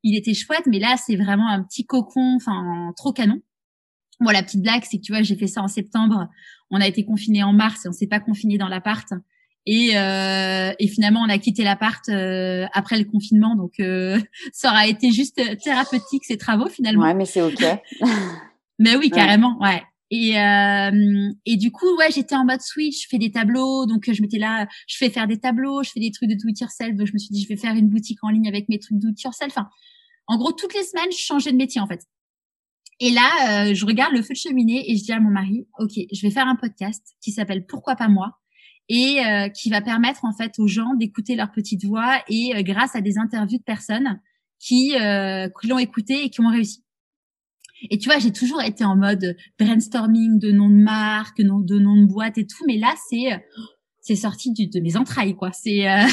il était chouette, mais là, c'est vraiment un petit cocon, enfin, trop canon. Bon, la petite blague, c'est que tu vois, j'ai fait ça en septembre. On a été confinés en mars et on s'est pas confinés dans l'appart. Et, euh, et finalement, on a quitté l'appart euh, après le confinement. Donc, euh, ça aura été juste thérapeutique, ces travaux, finalement. Ouais, mais c'est OK. Mais oui, carrément, ouais. ouais. Et, euh, et du coup, ouais, j'étais en mode switch, je fais des tableaux. Donc, je m'étais là, je fais faire des tableaux, je fais des trucs de do it yourself. Donc, je me suis dit, je vais faire une boutique en ligne avec mes trucs do it yourself. Enfin, en gros, toutes les semaines, je changeais de métier, en fait. Et là, euh, je regarde le feu de cheminée et je dis à mon mari, OK, je vais faire un podcast qui s'appelle Pourquoi pas moi et euh, qui va permettre en fait aux gens d'écouter leur petite voix et euh, grâce à des interviews de personnes qui, euh, qui l'ont écouté et qui ont réussi. Et tu vois, j'ai toujours été en mode brainstorming de noms de marques, de noms de, noms de boîtes et tout, mais là, c'est c'est sorti du, de mes entrailles, quoi. C'est euh,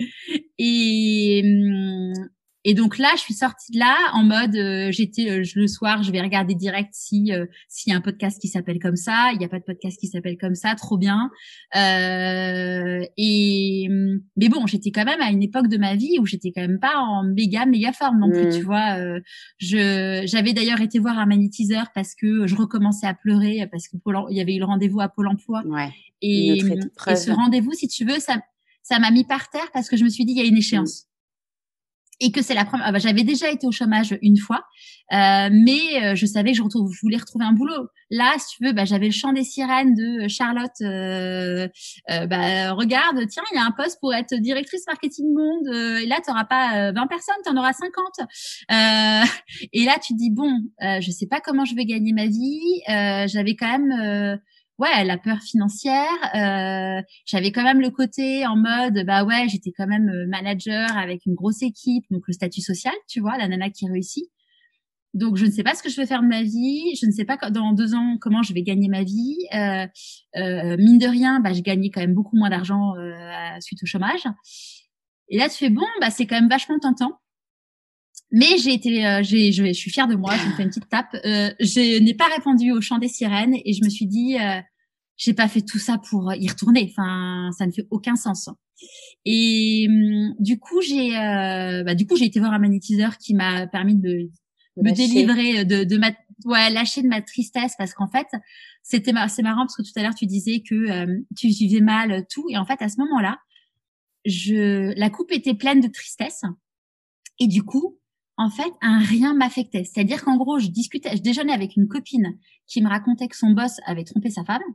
et Et donc là, je suis sortie de là en mode, euh, j'étais euh, le soir, je vais regarder direct si euh, s'il y a un podcast qui s'appelle comme ça. Il n'y a pas de podcast qui s'appelle comme ça, trop bien. Euh, et mais bon, j'étais quand même à une époque de ma vie où j'étais quand même pas en méga méga forme non plus, mmh. tu vois. Euh, je j'avais d'ailleurs été voir un magnétiseur parce que je recommençais à pleurer parce que Pôle, il y avait eu le rendez-vous à Pôle Emploi. Ouais. Et, et ce rendez-vous, si tu veux, ça ça m'a mis par terre parce que je me suis dit il y a une échéance. Mmh. Et que c'est la première. Ah bah, j'avais déjà été au chômage une fois, euh, mais euh, je savais que je, retrouve, je voulais retrouver un boulot. Là, si tu veux, bah, j'avais le chant des sirènes de Charlotte. Euh, euh, bah, regarde, tiens, il y a un poste pour être directrice marketing monde. Euh, et là, tu n'auras pas euh, vingt personnes, tu en auras cinquante. Euh, et là, tu te dis bon, euh, je sais pas comment je vais gagner ma vie. Euh, j'avais quand même. Euh, Ouais, la peur financière. Euh, j'avais quand même le côté en mode, bah ouais, j'étais quand même manager avec une grosse équipe, donc le statut social, tu vois, la nana qui réussit. Donc je ne sais pas ce que je vais faire de ma vie, je ne sais pas dans deux ans comment je vais gagner ma vie. Euh, euh, mine de rien, bah je gagnais quand même beaucoup moins d'argent euh, suite au chômage. Et là tu fais bon, bah c'est quand même vachement tentant. Mais j'ai été, euh, j'ai, je, je suis fière de moi. Je me fais une petite tape. Euh, je n'ai pas répondu au chant des sirènes et je me suis dit, euh, j'ai pas fait tout ça pour y retourner. Enfin, ça ne fait aucun sens. Et hum, du coup, j'ai, euh, bah, du coup, j'ai été voir un magnétiseur qui m'a permis de me délivrer, de, de ma, ouais, lâcher de ma tristesse parce qu'en fait, c'était, mar- c'est marrant parce que tout à l'heure tu disais que euh, tu vivais mal tout et en fait à ce moment-là, je, la coupe était pleine de tristesse et du coup. En fait, un rien m'affectait. C'est-à-dire qu'en gros, je discutais, je déjeunais avec une copine qui me racontait que son boss avait trompé sa femme.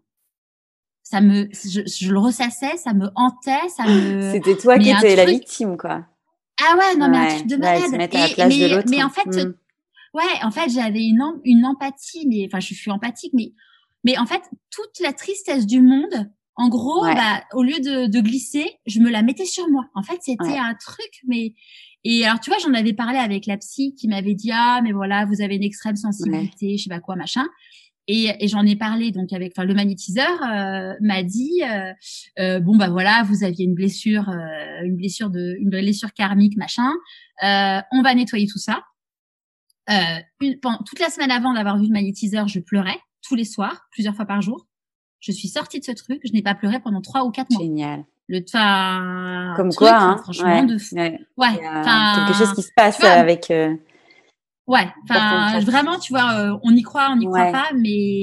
Ça me, je, je le ressassais, ça me hantait, ça me. C'était toi mais qui étais truc... la victime, quoi. Ah ouais, non, ouais, mais un truc de malade. Ouais, te à la place et, de mais, l'autre. mais en fait, mmh. ouais, en fait, j'avais une, une empathie, mais enfin, je suis empathique, mais, mais en fait, toute la tristesse du monde, en gros, ouais. bah, au lieu de, de glisser, je me la mettais sur moi. En fait, c'était ouais. un truc, mais. Et alors, tu vois, j'en avais parlé avec la psy qui m'avait dit, ah, mais voilà, vous avez une extrême sensibilité, ouais. je sais pas quoi, machin. Et, et j'en ai parlé, donc, avec, enfin, le magnétiseur, euh, m'a dit, euh, euh, bon, bah, voilà, vous aviez une blessure, euh, une blessure de, une blessure karmique, machin. Euh, on va nettoyer tout ça. Euh, une, pendant, toute la semaine avant d'avoir vu le magnétiseur, je pleurais tous les soirs, plusieurs fois par jour. Je suis sortie de ce truc, je n'ai pas pleuré pendant trois ou quatre mois. Génial. Le enfin comme truc, quoi hein, franchement ouais, de fou. ouais, ouais enfin quelque chose qui se passe vois, avec euh, ouais enfin vraiment tu vois euh, on y croit on n'y ouais. croit pas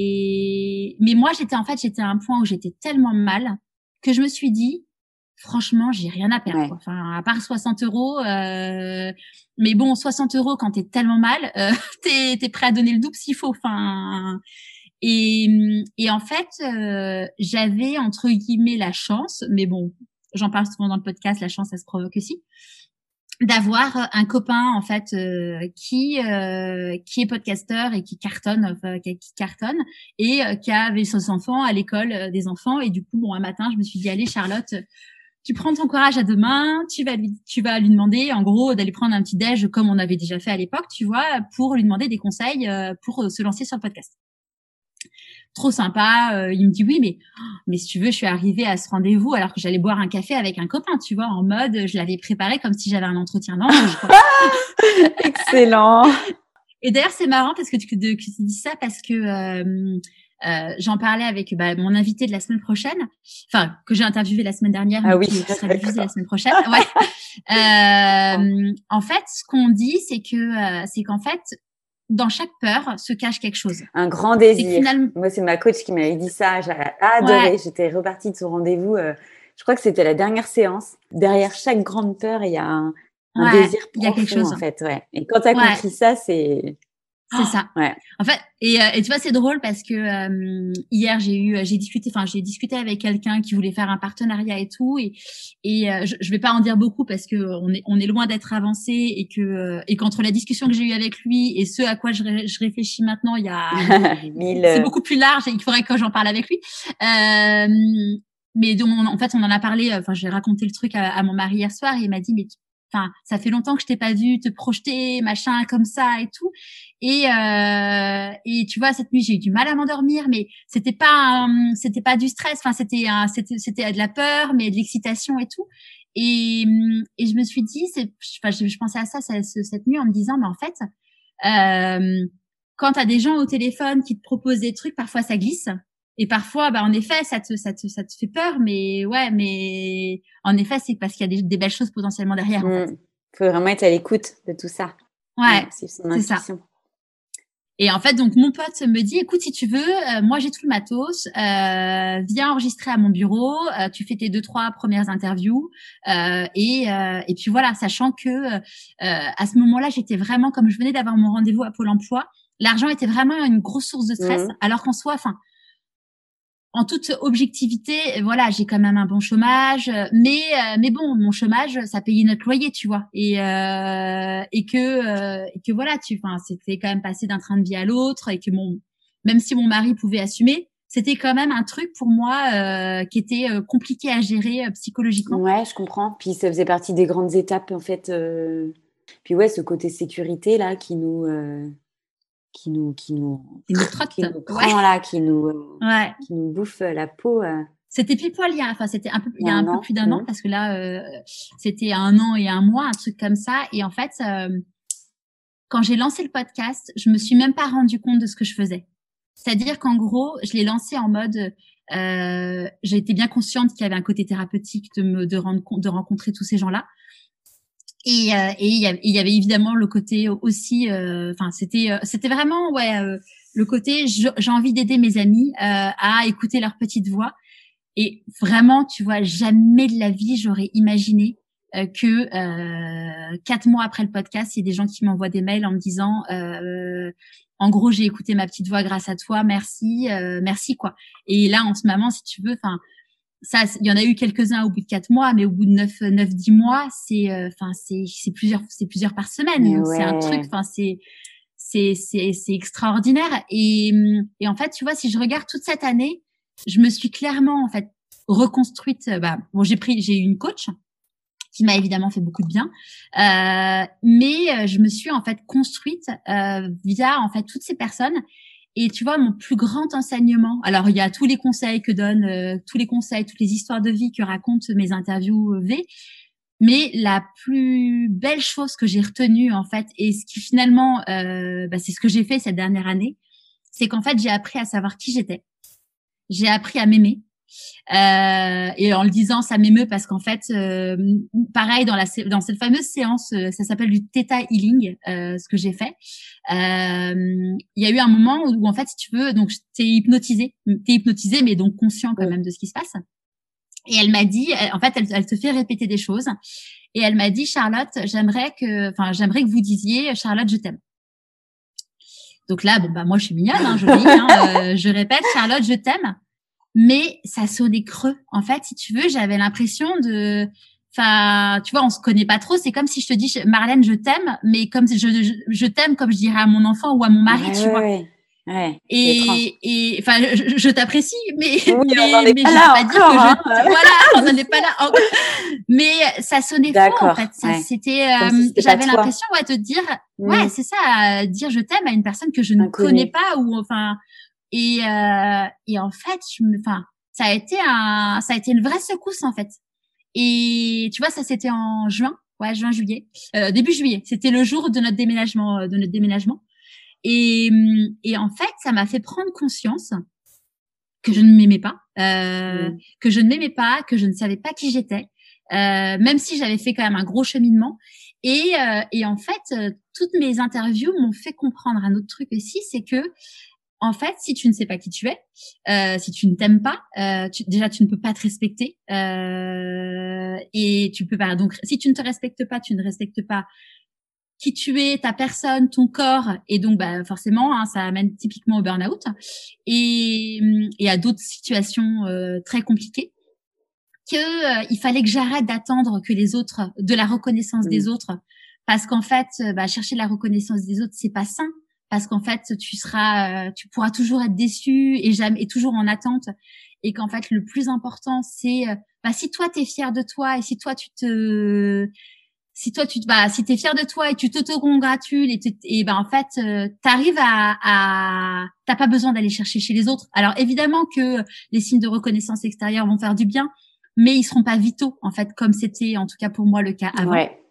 mais mais moi j'étais en fait j'étais à un point où j'étais tellement mal que je me suis dit franchement j'ai rien à perdre ouais. quoi. Enfin à part soixante euros euh, mais bon soixante euros quand t'es tellement mal euh, t'es t'es prêt à donner le double s'il faut enfin Et, et en fait, euh, j'avais entre guillemets la chance, mais bon, j'en parle souvent dans le podcast, la chance, ça se provoque aussi, d'avoir un copain en fait euh, qui euh, qui est podcasteur et qui cartonne, enfin, qui, qui cartonne et euh, qui avait ses enfants à l'école euh, des enfants. Et du coup, bon, un matin, je me suis dit, allez, Charlotte, tu prends ton courage à deux mains, tu vas lui, tu vas lui demander, en gros, d'aller prendre un petit déj comme on avait déjà fait à l'époque, tu vois, pour lui demander des conseils euh, pour se lancer sur le podcast. Trop sympa, euh, il me dit oui mais mais si tu veux je suis arrivée à ce rendez-vous alors que j'allais boire un café avec un copain, tu vois, en mode je l'avais préparé comme si j'avais un entretien d'embauche. Excellent. Et d'ailleurs c'est marrant parce que tu, que tu dis ça parce que euh, Euh, j'en parlais avec bah, mon invité de la semaine prochaine, enfin que j'ai interviewé la semaine dernière, ah mais oui, qui sera diffusé la semaine prochaine. Ouais. euh, en fait, ce qu'on dit, c'est que euh, c'est qu'en fait, dans chaque peur se cache quelque chose. Un grand désir. Finalement... Moi, c'est ma coach qui m'avait dit ça. J'ai adoré. Ouais. J'étais repartie de ce rendez-vous. Euh, je crois que c'était la dernière séance. Derrière chaque grande peur, il y a un, un ouais, désir profond, il y a quelque chose. En fait. Ouais. Et quand tu as ouais. compris ça, c'est... C'est ça. Ouais. En fait, et, et tu vois, c'est drôle parce que euh, hier j'ai eu, j'ai discuté, enfin j'ai discuté avec quelqu'un qui voulait faire un partenariat et tout, et et euh, je, je vais pas en dire beaucoup parce que on est on est loin d'être avancé et que et qu'entre la discussion que j'ai eue avec lui et ce à quoi je, ré, je réfléchis maintenant, il y a Mille... c'est beaucoup plus large et il faudrait que j'en parle avec lui. Euh, mais donc en fait on en a parlé. Enfin j'ai raconté le truc à, à mon mari hier soir et il m'a dit mais enfin, ça fait longtemps que je t'ai pas vu te projeter, machin, comme ça et tout. Et euh, et tu vois, cette nuit, j'ai eu du mal à m'endormir, mais c'était pas, um, c'était pas du stress. Enfin, c'était, un, c'était, c'était de la peur, mais de l'excitation et tout. Et et je me suis dit, c'est, enfin, je, je pensais à ça cette nuit en me disant, mais en fait, euh, quand t'as des gens au téléphone qui te proposent des trucs, parfois ça glisse. Et parfois, bah, en effet, ça te, ça te, ça te fait peur, mais ouais, mais en effet, c'est parce qu'il y a des, des belles choses potentiellement derrière. Mmh. En fait. Faut vraiment être à l'écoute de tout ça. Ouais, c'est ça. Et en fait, donc mon pote me dit, écoute, si tu veux, euh, moi j'ai tout le matos, euh, viens enregistrer à mon bureau, euh, tu fais tes deux trois premières interviews, euh, et euh, et puis voilà, sachant que euh, à ce moment-là, j'étais vraiment, comme je venais d'avoir mon rendez-vous à Pôle Emploi, l'argent était vraiment une grosse source de stress, mmh. alors qu'en soi, enfin. En toute objectivité, voilà, j'ai quand même un bon chômage, mais euh, mais bon, mon chômage, ça payait notre loyer, tu vois, et euh, et que euh, et que voilà, tu, enfin, c'était quand même passé d'un train de vie à l'autre, et que mon, même si mon mari pouvait assumer, c'était quand même un truc pour moi euh, qui était euh, compliqué à gérer euh, psychologiquement. Ouais, je comprends. Puis ça faisait partie des grandes étapes en fait. Euh... Puis ouais, ce côté sécurité là qui nous. Euh... qui nous qui nous qui nous trotte, qui nous prend ouais. là, qui nous ouais. qui nous bouffe la peau. Euh. C'était pile poil il y a, enfin c'était un peu il y a un, un peu plus d'un mmh. an parce que là euh, c'était un an et un mois, un truc comme ça. Et en fait, euh, quand j'ai lancé le podcast, je me suis même pas rendu compte de ce que je faisais. C'est-à-dire qu'en gros, je l'ai lancé en mode, euh, j'ai été bien consciente qu'il y avait un côté thérapeutique de me de rendre compte, de rencontrer tous ces gens-là. Et euh, et il y, avait, il y avait évidemment le côté aussi, enfin euh, c'était euh, c'était vraiment ouais euh, le côté j'ai envie d'aider mes amis euh, à écouter leur petite voix. Et vraiment, tu vois, jamais de la vie j'aurais imaginé euh, que euh, quatre mois après le podcast, il y a des gens qui m'envoient des mails en me disant euh, en gros j'ai écouté ma petite voix grâce à toi, merci, euh, merci quoi. Et là en ce moment, si tu veux, enfin ça, il y en a eu quelques-uns au bout de quatre mois, mais au bout de neuf, neuf, dix mois, c'est, enfin, euh, c'est, c'est plusieurs, c'est plusieurs par semaine. Ouais. C'est un truc, enfin, c'est, c'est, c'est, c'est extraordinaire. Et, et en fait, tu vois, si je regarde toute cette année, je me suis clairement, en fait, reconstruite. Bah, bon, j'ai pris, j'ai eu une coach qui m'a évidemment fait beaucoup de bien, euh, mais je me suis en fait construite euh, via en fait toutes ces personnes. Et tu vois, mon plus grand enseignement, alors il y a tous les conseils que donnent, euh, tous les conseils, toutes les histoires de vie que racontent mes interviews V, mais la plus belle chose que j'ai retenue en fait, et ce qui finalement, euh, bah, c'est ce que j'ai fait cette dernière année, c'est qu'en fait j'ai appris à savoir qui j'étais, j'ai appris à m'aimer. Euh, et en le disant, ça m'émeut parce qu'en fait, euh, pareil dans la dans cette fameuse séance, ça s'appelle du Theta Healing, euh, ce que j'ai fait. Euh, il y a eu un moment où, où en fait, si tu veux, donc t'es hypnotisé, t'es hypnotisé, mais donc conscient quand même de ce qui se passe. Et elle m'a dit, elle, en fait, elle, elle te fait répéter des choses. Et elle m'a dit, Charlotte, j'aimerais que, enfin, j'aimerais que vous disiez, Charlotte, je t'aime. Donc là, bon bah moi, je suis mignonne, hein, je dis, hein, euh, je répète, Charlotte, je t'aime. Mais ça sonnait creux. En fait, si tu veux, j'avais l'impression de, enfin, tu vois, on se connaît pas trop. C'est comme si je te dis, Marlène, je t'aime, mais comme je, je, je t'aime comme je dirais à mon enfant ou à mon mari, ouais, tu ouais, vois. Ouais, ouais. Et, et, enfin, je, je t'apprécie, mais, oui, mais, on mais je pas vais là pas encore, dire que hein. je, voilà, on n'en est pas là. Encore. Mais ça sonnait faux, en fait. Ça, ouais. c'était, euh, si j'avais l'impression, ouais, de dire, mmh. ouais, c'est ça, dire je t'aime à une personne que je ne Inconnu. connais pas ou, enfin, et, euh, et en fait, je me, enfin, ça a été un, ça a été une vraie secousse en fait. Et tu vois, ça c'était en juin, ouais, juin, juillet, euh, début juillet. C'était le jour de notre déménagement, de notre déménagement. Et, et en fait, ça m'a fait prendre conscience que je ne m'aimais pas, euh, Mmh. que je ne m'aimais pas, que je ne savais pas qui j'étais, euh, même si j'avais fait quand même un gros cheminement. Et, euh, et en fait, euh, toutes mes interviews m'ont fait comprendre un autre truc aussi, c'est que en fait, si tu ne sais pas qui tu es, euh, si tu ne t'aimes pas, euh, tu, déjà tu ne peux pas te respecter euh, et tu peux pas. Donc, si tu ne te respectes pas, tu ne respectes pas qui tu es, ta personne, ton corps, et donc bah forcément, hein, ça amène typiquement au burn-out et, et à d'autres situations euh, très compliquées. Que euh, il fallait que j'arrête d'attendre que les autres, de la reconnaissance Mmh. des autres, parce qu'en fait, euh, bah, chercher la reconnaissance des autres, c'est pas sain, parce qu'en fait, tu seras, euh, tu pourras toujours être déçu et jamais, et toujours en attente, et qu'en fait, le plus important, c'est, euh, bah, si toi t'es fier de toi et si toi tu te, si toi tu te, bah, si t'es fier de toi et tu t'auto-congratules et, et ben en fait, euh, t'arrives à, à, t'as pas besoin d'aller chercher chez les autres. Alors évidemment que les signes de reconnaissance extérieure vont faire du bien, mais ils seront pas vitaux, en fait, comme c'était, en tout cas pour moi, le cas avant. Ouais.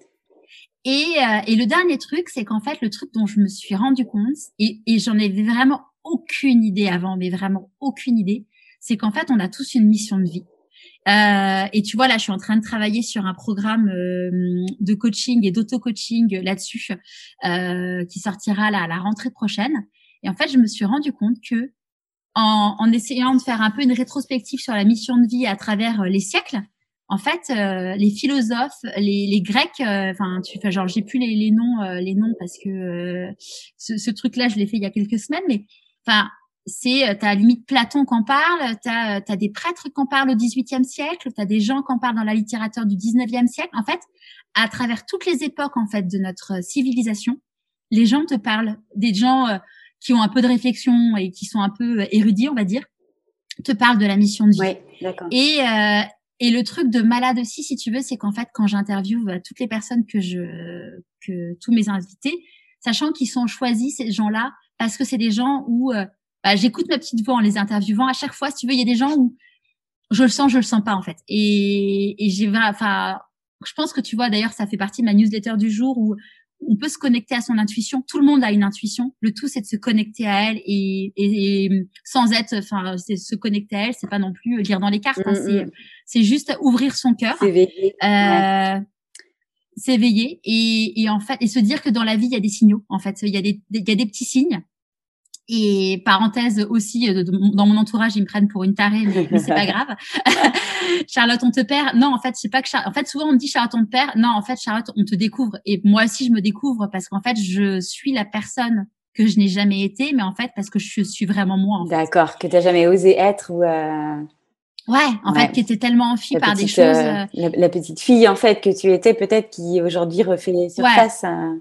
Et, euh, et le dernier truc, c'est qu'en fait, le truc dont je me suis rendu compte, et, et j'en avais vraiment aucune idée avant, mais vraiment aucune idée, c'est qu'en fait, on a tous une mission de vie. Euh, et tu vois, là, je suis en train de travailler sur un programme euh, de coaching et d'auto-coaching là-dessus, euh, qui sortira là à la rentrée prochaine. Et en fait, je me suis rendu compte que En, en essayant de faire un peu une rétrospective sur la mission de vie à travers euh, les siècles, en fait, euh, les philosophes, les, les Grecs, enfin, euh, tu fais genre, j'ai plus les, les noms, euh, les noms parce que euh, ce, ce truc-là, je l'ai fait il y a quelques semaines, mais enfin, c'est, euh, t'as limite Platon qui en parle, t'as, t'as des prêtres qui en parlent au dix-huitième siècle, t'as des gens qui en parlent dans la littérature du dix-neuvième siècle. En fait, à travers toutes les époques en fait de notre civilisation, les gens te parlent, des gens euh, qui ont un peu de réflexion et qui sont un peu érudits, on va dire, te parlent de la mission de vie. Oui, d'accord. Et, euh, et le truc de malade aussi, si tu veux, c'est qu'en fait, quand j'interviewe toutes les personnes que je, que tous mes invités, sachant qu'ils sont choisis, ces gens-là, parce que c'est des gens où euh, bah, j'écoute ma petite voix en les interviewant. À chaque fois, si tu veux, il y a des gens où je le sens, je le sens pas, en fait. Et, et j'ai, enfin, je pense que tu vois, d'ailleurs, ça fait partie de ma newsletter du jour où on peut se connecter à son intuition. Tout le monde a une intuition. Le tout, c'est de se connecter à elle et, et, et sans être, enfin, c'est se connecter à elle, c'est pas non plus lire dans les cartes. Hein, Mmh, c'est, mmh. c'est juste ouvrir son cœur, S'éveiller. euh, Ouais. s'éveiller et, et en fait, et se dire que dans la vie, il y a des signaux. En fait, il y a des, il y a des petits signes. Et parenthèse aussi, dans mon entourage, ils me prennent pour une tarée, mais, mais c'est pas grave. Charlotte, on te perd. Non, en fait, c'est pas que Char... en fait, souvent on me dit Charlotte, on te perd. Non, en fait, Charlotte, on te découvre. Et moi aussi, je me découvre parce qu'en fait, je suis la personne que je n'ai jamais été, mais en fait, parce que je suis vraiment moi. En fait. D'accord, que t'as jamais osé être ou. Euh... Ouais, en ouais. fait, qui était tellement enfui la par petite, des choses. Euh, la, la petite fille, en fait, que tu étais peut-être qui aujourd'hui refait surface. Ouais. Euh...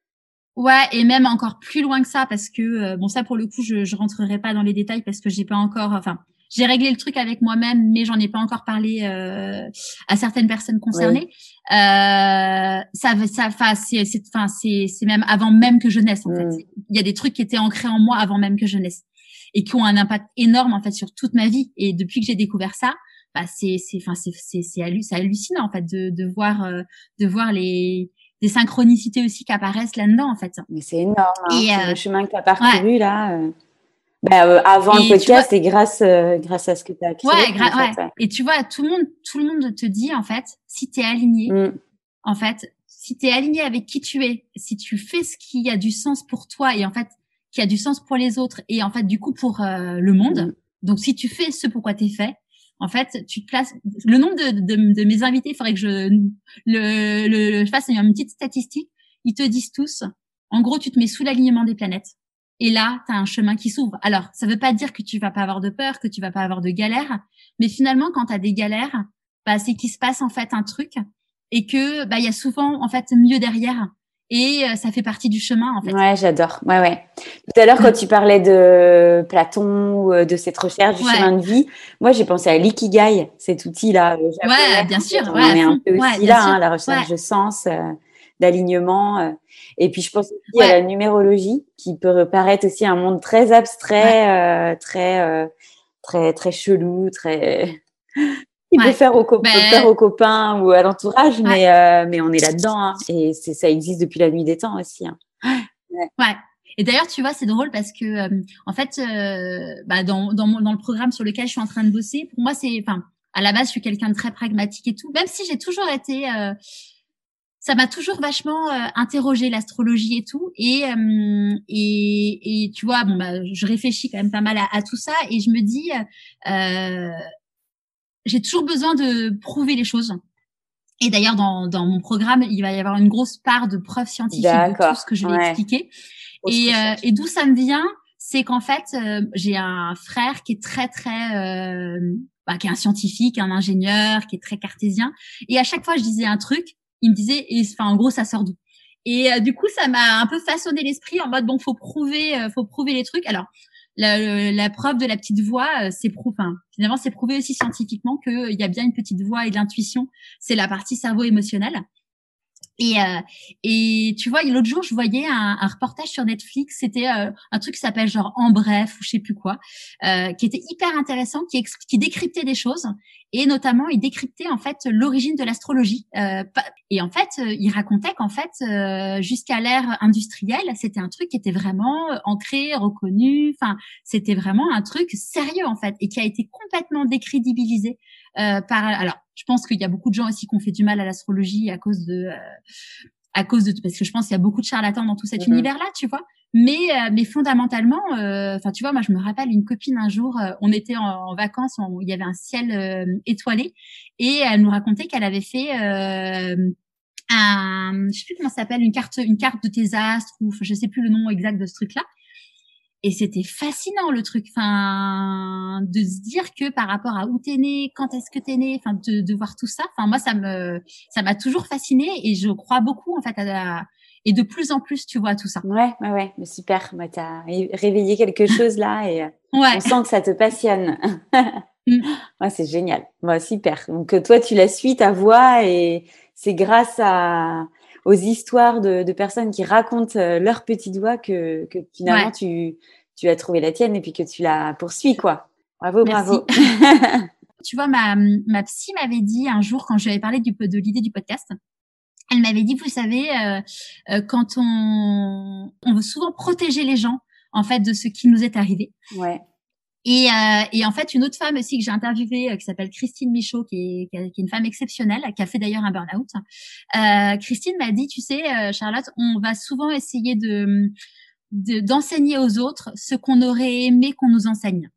Ouais, et même encore plus loin que ça, parce que euh, bon, ça pour le coup, je, je rentrerai pas dans les détails parce que j'ai pas encore, enfin, j'ai réglé le truc avec moi-même, mais j'en ai pas encore parlé euh, à certaines personnes concernées. Oui. Euh, ça, ça, enfin, c'est, c'est, enfin, c'est, c'est même avant même que je naisse en mmh. fait. Il y a des trucs qui étaient ancrés en moi avant même que je naisse et qui ont un impact énorme en fait sur toute ma vie. Et depuis que j'ai découvert ça, bah c'est, c'est, enfin, c'est, c'est, c'est, hallu- c'est hallucinant en fait de, de voir, euh, de voir les des synchronicités aussi qui apparaissent là-dedans, en fait. Mais c'est énorme, hein. Et C'est euh, le chemin que tu as parcouru, ouais. là. Euh... Bah, euh, avant et le podcast vois, et grâce, euh, grâce à ce que tu as créé, ouais, gra- en fait. ouais. Ouais. Et tu vois, tout le monde, tout le monde te dit, en fait, si tu es aligné, mm. en fait, si tu es aligné avec qui tu es, si tu fais ce qui a du sens pour toi et en fait, qui a du sens pour les autres et en fait, du coup, pour euh, le monde, mm. donc si tu fais ce pourquoi tu es fait, en fait, tu te places. Le nombre de, de, de mes invités, il faudrait que je le, le, je fasse une petite statistique. Ils te disent tous, en gros, tu te mets sous l'alignement des planètes. Et là, tu as un chemin qui s'ouvre. Alors, ça veut pas dire que tu vas pas avoir de peur, que tu vas pas avoir de galères, mais finalement, quand tu as des galères, bah, c'est qu'il se passe en fait un truc et que bah il y a souvent en fait mieux derrière. Et euh, ça fait partie du chemin, en fait. Ouais, j'adore. Ouais, ouais. Tout à l'heure, quand tu parlais de Platon ou de cette recherche du ouais. chemin de vie, moi, j'ai pensé à l'ikigai, cet outil-là. Ouais, bien sûr. On ouais, en est un peu ouais, aussi là, hein, la recherche ouais. de sens, euh, d'alignement. Euh. Et puis, je pense aussi ouais. à la numérologie, qui peut paraître aussi un monde très abstrait, ouais. euh, très, euh, très, très chelou, très... Il ouais. peut faire aux, co- ben... faire aux copains ou à l'entourage, ouais. mais, euh, mais on est là-dedans. Hein, et c'est, ça existe depuis la nuit des temps aussi. Hein. Ouais. ouais. Et d'ailleurs, tu vois, c'est drôle parce que, euh, en fait, euh, bah, dans, dans, mon, dans le programme sur lequel je suis en train de bosser, pour moi, c'est, enfin, à la base, je suis quelqu'un de très pragmatique et tout, même si j'ai toujours été, euh, ça m'a toujours vachement euh, interrogé l'astrologie et tout. Et, euh, et, et tu vois, bon, bah, je réfléchis quand même pas mal à, à tout ça et je me dis, euh, j'ai toujours besoin de prouver les choses. Et d'ailleurs, dans, dans mon programme, il va y avoir une grosse part de preuves scientifiques de tout ce D'accord. que je vais Ouais. expliquer. Grosse Et, euh, recherche. et d'où ça me vient, c'est qu'en fait, euh, j'ai un frère qui est très, très, euh, bah, qui est un scientifique, un ingénieur, qui est très cartésien. Et à chaque fois, je disais un truc, il me disait, et, enfin, en gros, ça sort d'où? Et euh, du coup, ça m'a un peu façonné l'esprit en mode, bon, faut prouver, euh, faut prouver les trucs. Alors, la, la preuve de la petite voix, euh, c'est prouvé. Enfin, finalement, c'est prouvé aussi scientifiquement qu'il y a bien une petite voix et de l'intuition. C'est la partie cerveau émotionnel. Et, euh, et tu vois, l'autre jour, je voyais un, un reportage sur Netflix. C'était euh, un truc qui s'appelle genre En Bref ou je sais plus quoi, euh, qui était hyper intéressant, qui, ex- qui décryptait des choses. Et notamment, il décryptait en fait l'origine de l'astrologie. Euh, et en fait, euh, il racontait qu'en fait, euh, jusqu'à l'ère industrielle, c'était un truc qui était vraiment euh, ancré, reconnu. Enfin, c'était vraiment un truc sérieux en fait, et qui a été complètement décrédibilisé euh, par. Alors, je pense qu'il y a beaucoup de gens aussi qui ont fait du mal à l'astrologie à cause de, euh, à cause de, parce que je pense qu'il y a beaucoup de charlatans dans tout cet Mm-hmm. univers-là, tu vois. Mais, euh, mais fondamentalement, enfin, euh, tu vois, moi, je me rappelle une copine un jour, euh, on était en, en vacances, on, il y avait un ciel euh, étoilé, et elle nous racontait qu'elle avait fait euh, un, je sais plus comment ça s'appelle, une carte, une carte de tes astres, ou je sais plus le nom exact de ce truc-là. Et c'était fascinant le truc, enfin, de se dire que par rapport à où t'es né, quand est-ce que t'es né, enfin, de, de voir tout ça. Enfin, moi, ça me, ça m'a toujours fascinée et je crois beaucoup en fait à la, et de plus en plus, tu vois tout ça. Ouais, ouais, ouais, mais super. Bah, t'as réveillé quelque chose là et Ouais. on sent que ça te passionne. Mm. Ouais, c'est génial. Ouais, super. Donc toi, tu la suis ta voix et c'est grâce à aux histoires de, de personnes qui racontent euh, leur petite voix que, que finalement Ouais. tu, tu as trouvé la tienne et puis que tu la poursuis, quoi. Bravo, Merci. bravo. Tu vois, ma, ma psy m'avait dit un jour quand je lui avais parlé du, de l'idée du podcast, elle m'avait dit, vous savez, euh, euh, quand on, on veut souvent protéger les gens, en fait, de ce qui nous est arrivé. Ouais. Et, euh, et en fait, une autre femme aussi que j'ai interviewée, euh, qui s'appelle Christine Michaud, qui est, qui, est, qui est une femme exceptionnelle, qui a fait d'ailleurs un burn-out. Euh, Christine m'a dit, tu sais, euh, Charlotte, on va souvent essayer de, de d'enseigner aux autres ce qu'on aurait aimé qu'on nous enseigne.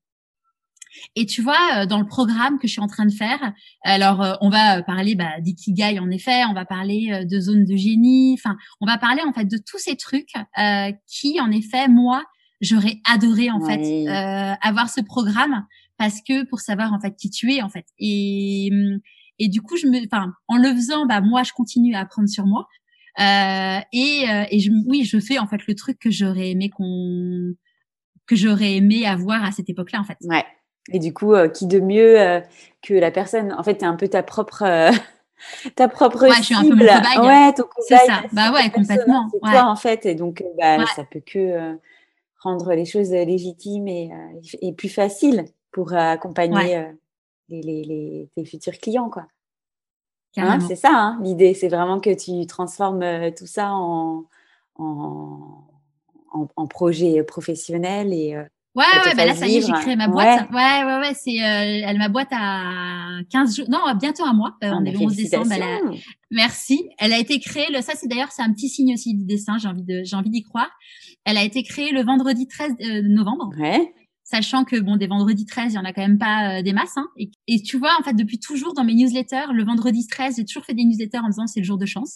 Et tu vois, dans le programme que je suis en train de faire, alors on va parler bah, d'ikigai en effet, on va parler de zone de génie, enfin, on va parler en fait de tous ces trucs euh, qui, en effet, moi, j'aurais adoré en Ouais. fait euh, avoir ce programme parce que pour savoir en fait qui tu es en fait. Et et du coup, je me, enfin, en le faisant, bah moi, je continue à apprendre sur moi. Euh, et euh, et je, oui, je fais en fait le truc que j'aurais aimé qu'on que j'aurais aimé avoir à cette époque-là en fait. Ouais. Et du coup, euh, qui de mieux euh, que la personne, en fait, t'es un peu ta propre, euh, ta propre Ouais, cible. je suis un peu mon cobaye. Ouais, ton C'est cobaye, ça. ta Bah cible ouais, persona, complètement. c'est Ouais. toi, en fait. Et donc, bah, Ouais. ça peut que euh, rendre les choses légitimes et, euh, et plus faciles pour euh, accompagner Ouais. euh, les, les, les, tes futurs clients, quoi. Hein, Carrément. c'est ça, hein, l'idée. C'est vraiment que tu transformes euh, tout ça en, en, en, en projet professionnel et euh, Ouais, ça te ouais, bah là, fasse ça y est, vivre. j'ai créé ma boîte. Ouais. Ouais, ouais, ouais, c'est, euh, elle, ma boîte a quinze jours, non, bientôt un mois. Euh, Ah, on est bah, le onze décembre. Elle félicitations. a, merci. Elle a été créée, le, ça, c'est d'ailleurs, c'est un petit signe aussi du destin. J'ai envie de, j'ai envie d'y croire. Elle a été créée le vendredi treize novembre. Ouais. Sachant que bon, des vendredis treize, il y en a quand même pas euh, des masses. Hein. Et, et tu vois, en fait, depuis toujours dans mes newsletters, le vendredi treize, j'ai toujours fait des newsletters en disant c'est le jour de chance.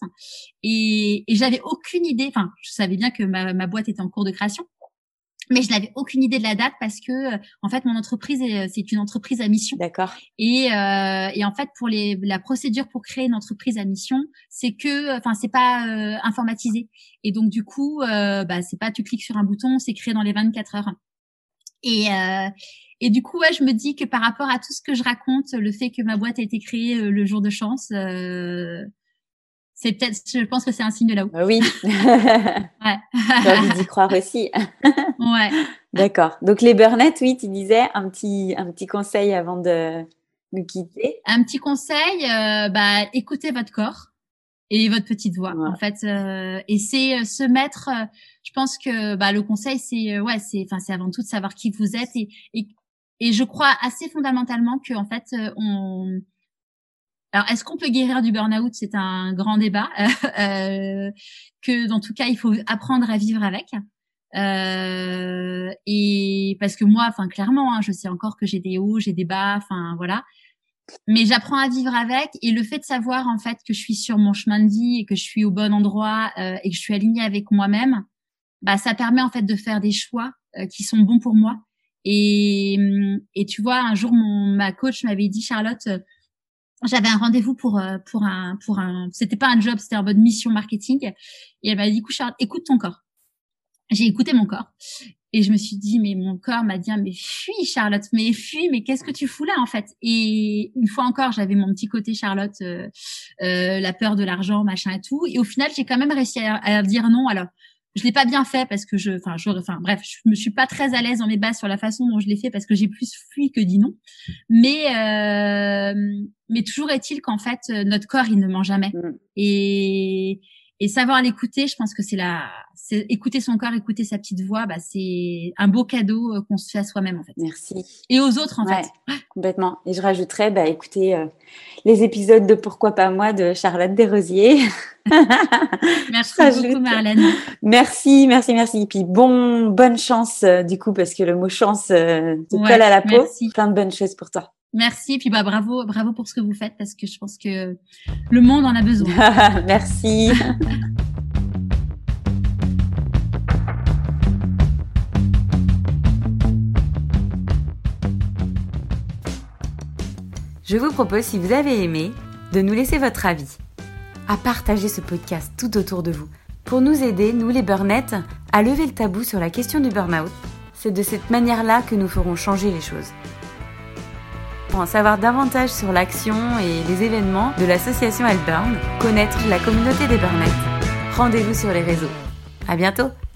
Et, et j'avais aucune idée. Enfin, je savais bien que ma, ma boîte était en cours de création, mais je n'avais aucune idée de la date parce que, en fait, mon entreprise est, c'est une entreprise à mission. D'accord. Et, euh, et en fait, pour les, la procédure pour créer une entreprise à mission, c'est que, enfin, c'est pas euh, informatisé. Et donc, du coup, euh, bah, c'est pas tu cliques sur un bouton, c'est créé dans les vingt-quatre heures. Et, euh, et du coup, ouais, je me dis que par rapport à tout ce que je raconte, le fait que ma boîte a été créée euh, le jour de chance, euh, c'est peut-être, je pense que c'est un signe de là-haut. Bah oui. Ouais. J'ai envie d'y croire aussi. Ouais. D'accord. Donc les burn-out, oui, tu disais un petit, un petit conseil avant de nous quitter. Un petit conseil, euh, bah, écoutez votre corps. et votre petite voix. Ouais. En fait, euh, et c'est se mettre. Euh, je pense que bah le conseil, c'est ouais, c'est enfin c'est avant tout de savoir qui vous êtes et et et je crois assez fondamentalement que en fait on alors, est-ce qu'on peut guérir du burn-out? C'est un grand débat. euh, que, dans tout cas, il faut apprendre à vivre avec. Euh, et parce que moi, enfin, clairement, hein, je sais encore que j'ai des hauts, j'ai des bas, enfin, voilà. Mais j'apprends à vivre avec. Et le fait de savoir, en fait, que je suis sur mon chemin de vie et que je suis au bon endroit euh, et que je suis alignée avec moi-même, bah, ça permet, en fait, de faire des choix euh, qui sont bons pour moi. Et, et tu vois, un jour, mon, ma coach m'avait dit, Charlotte, j'avais un rendez-vous pour pour un pour un c'était pas un job, c'était en mode mission marketing et elle m'a dit écoute Charlotte, écoute ton corps. J'ai écouté mon corps et je me suis dit mais mon corps m'a dit mais fuis Charlotte, mais fuis, mais qu'est-ce que tu fous là en fait? Et une fois encore, j'avais mon petit côté Charlotte euh, euh, la peur de l'argent, machin et tout et au final, j'ai quand même réussi à, à dire non. Alors je l'ai pas bien fait parce que je, enfin, je, enfin, bref, je me suis pas très à l'aise dans mes bases sur la façon dont je l'ai fait parce que j'ai plus fui que dit non. Mais, euh, mais toujours est-il qu'en fait, notre corps, il ne ment jamais. Mm. Et, et savoir l'écouter, je pense que c'est la, c'est écouter son corps, écouter sa petite voix, bah, c'est un beau cadeau qu'on se fait à soi-même, en fait. Merci. Et aux autres, en ouais, fait. Complètement. Et je rajouterais, bah, écoutez, euh, les épisodes de Pourquoi pas moi de Charlotte Desrosiers. Merci beaucoup, Marlène. Merci, merci, merci. Et puis bon, bonne chance, euh, du coup, parce que le mot chance euh, te ouais, colle à la peau. Merci. Plein de bonnes choses pour toi. Merci, et puis bah bravo, bravo pour ce que vous faites parce que je pense que le monde en a besoin. Merci. Je vous propose, si vous avez aimé, de nous laisser votre avis, à partager ce podcast tout autour de vous, pour nous aider, nous les burnettes, à lever le tabou sur la question du burn-out. C'est de cette manière-là que nous ferons changer les choses. Pour en savoir davantage sur l'action et les événements de l'association Help Burn, connaître la communauté des burnettes, rendez-vous sur les réseaux. À bientôt!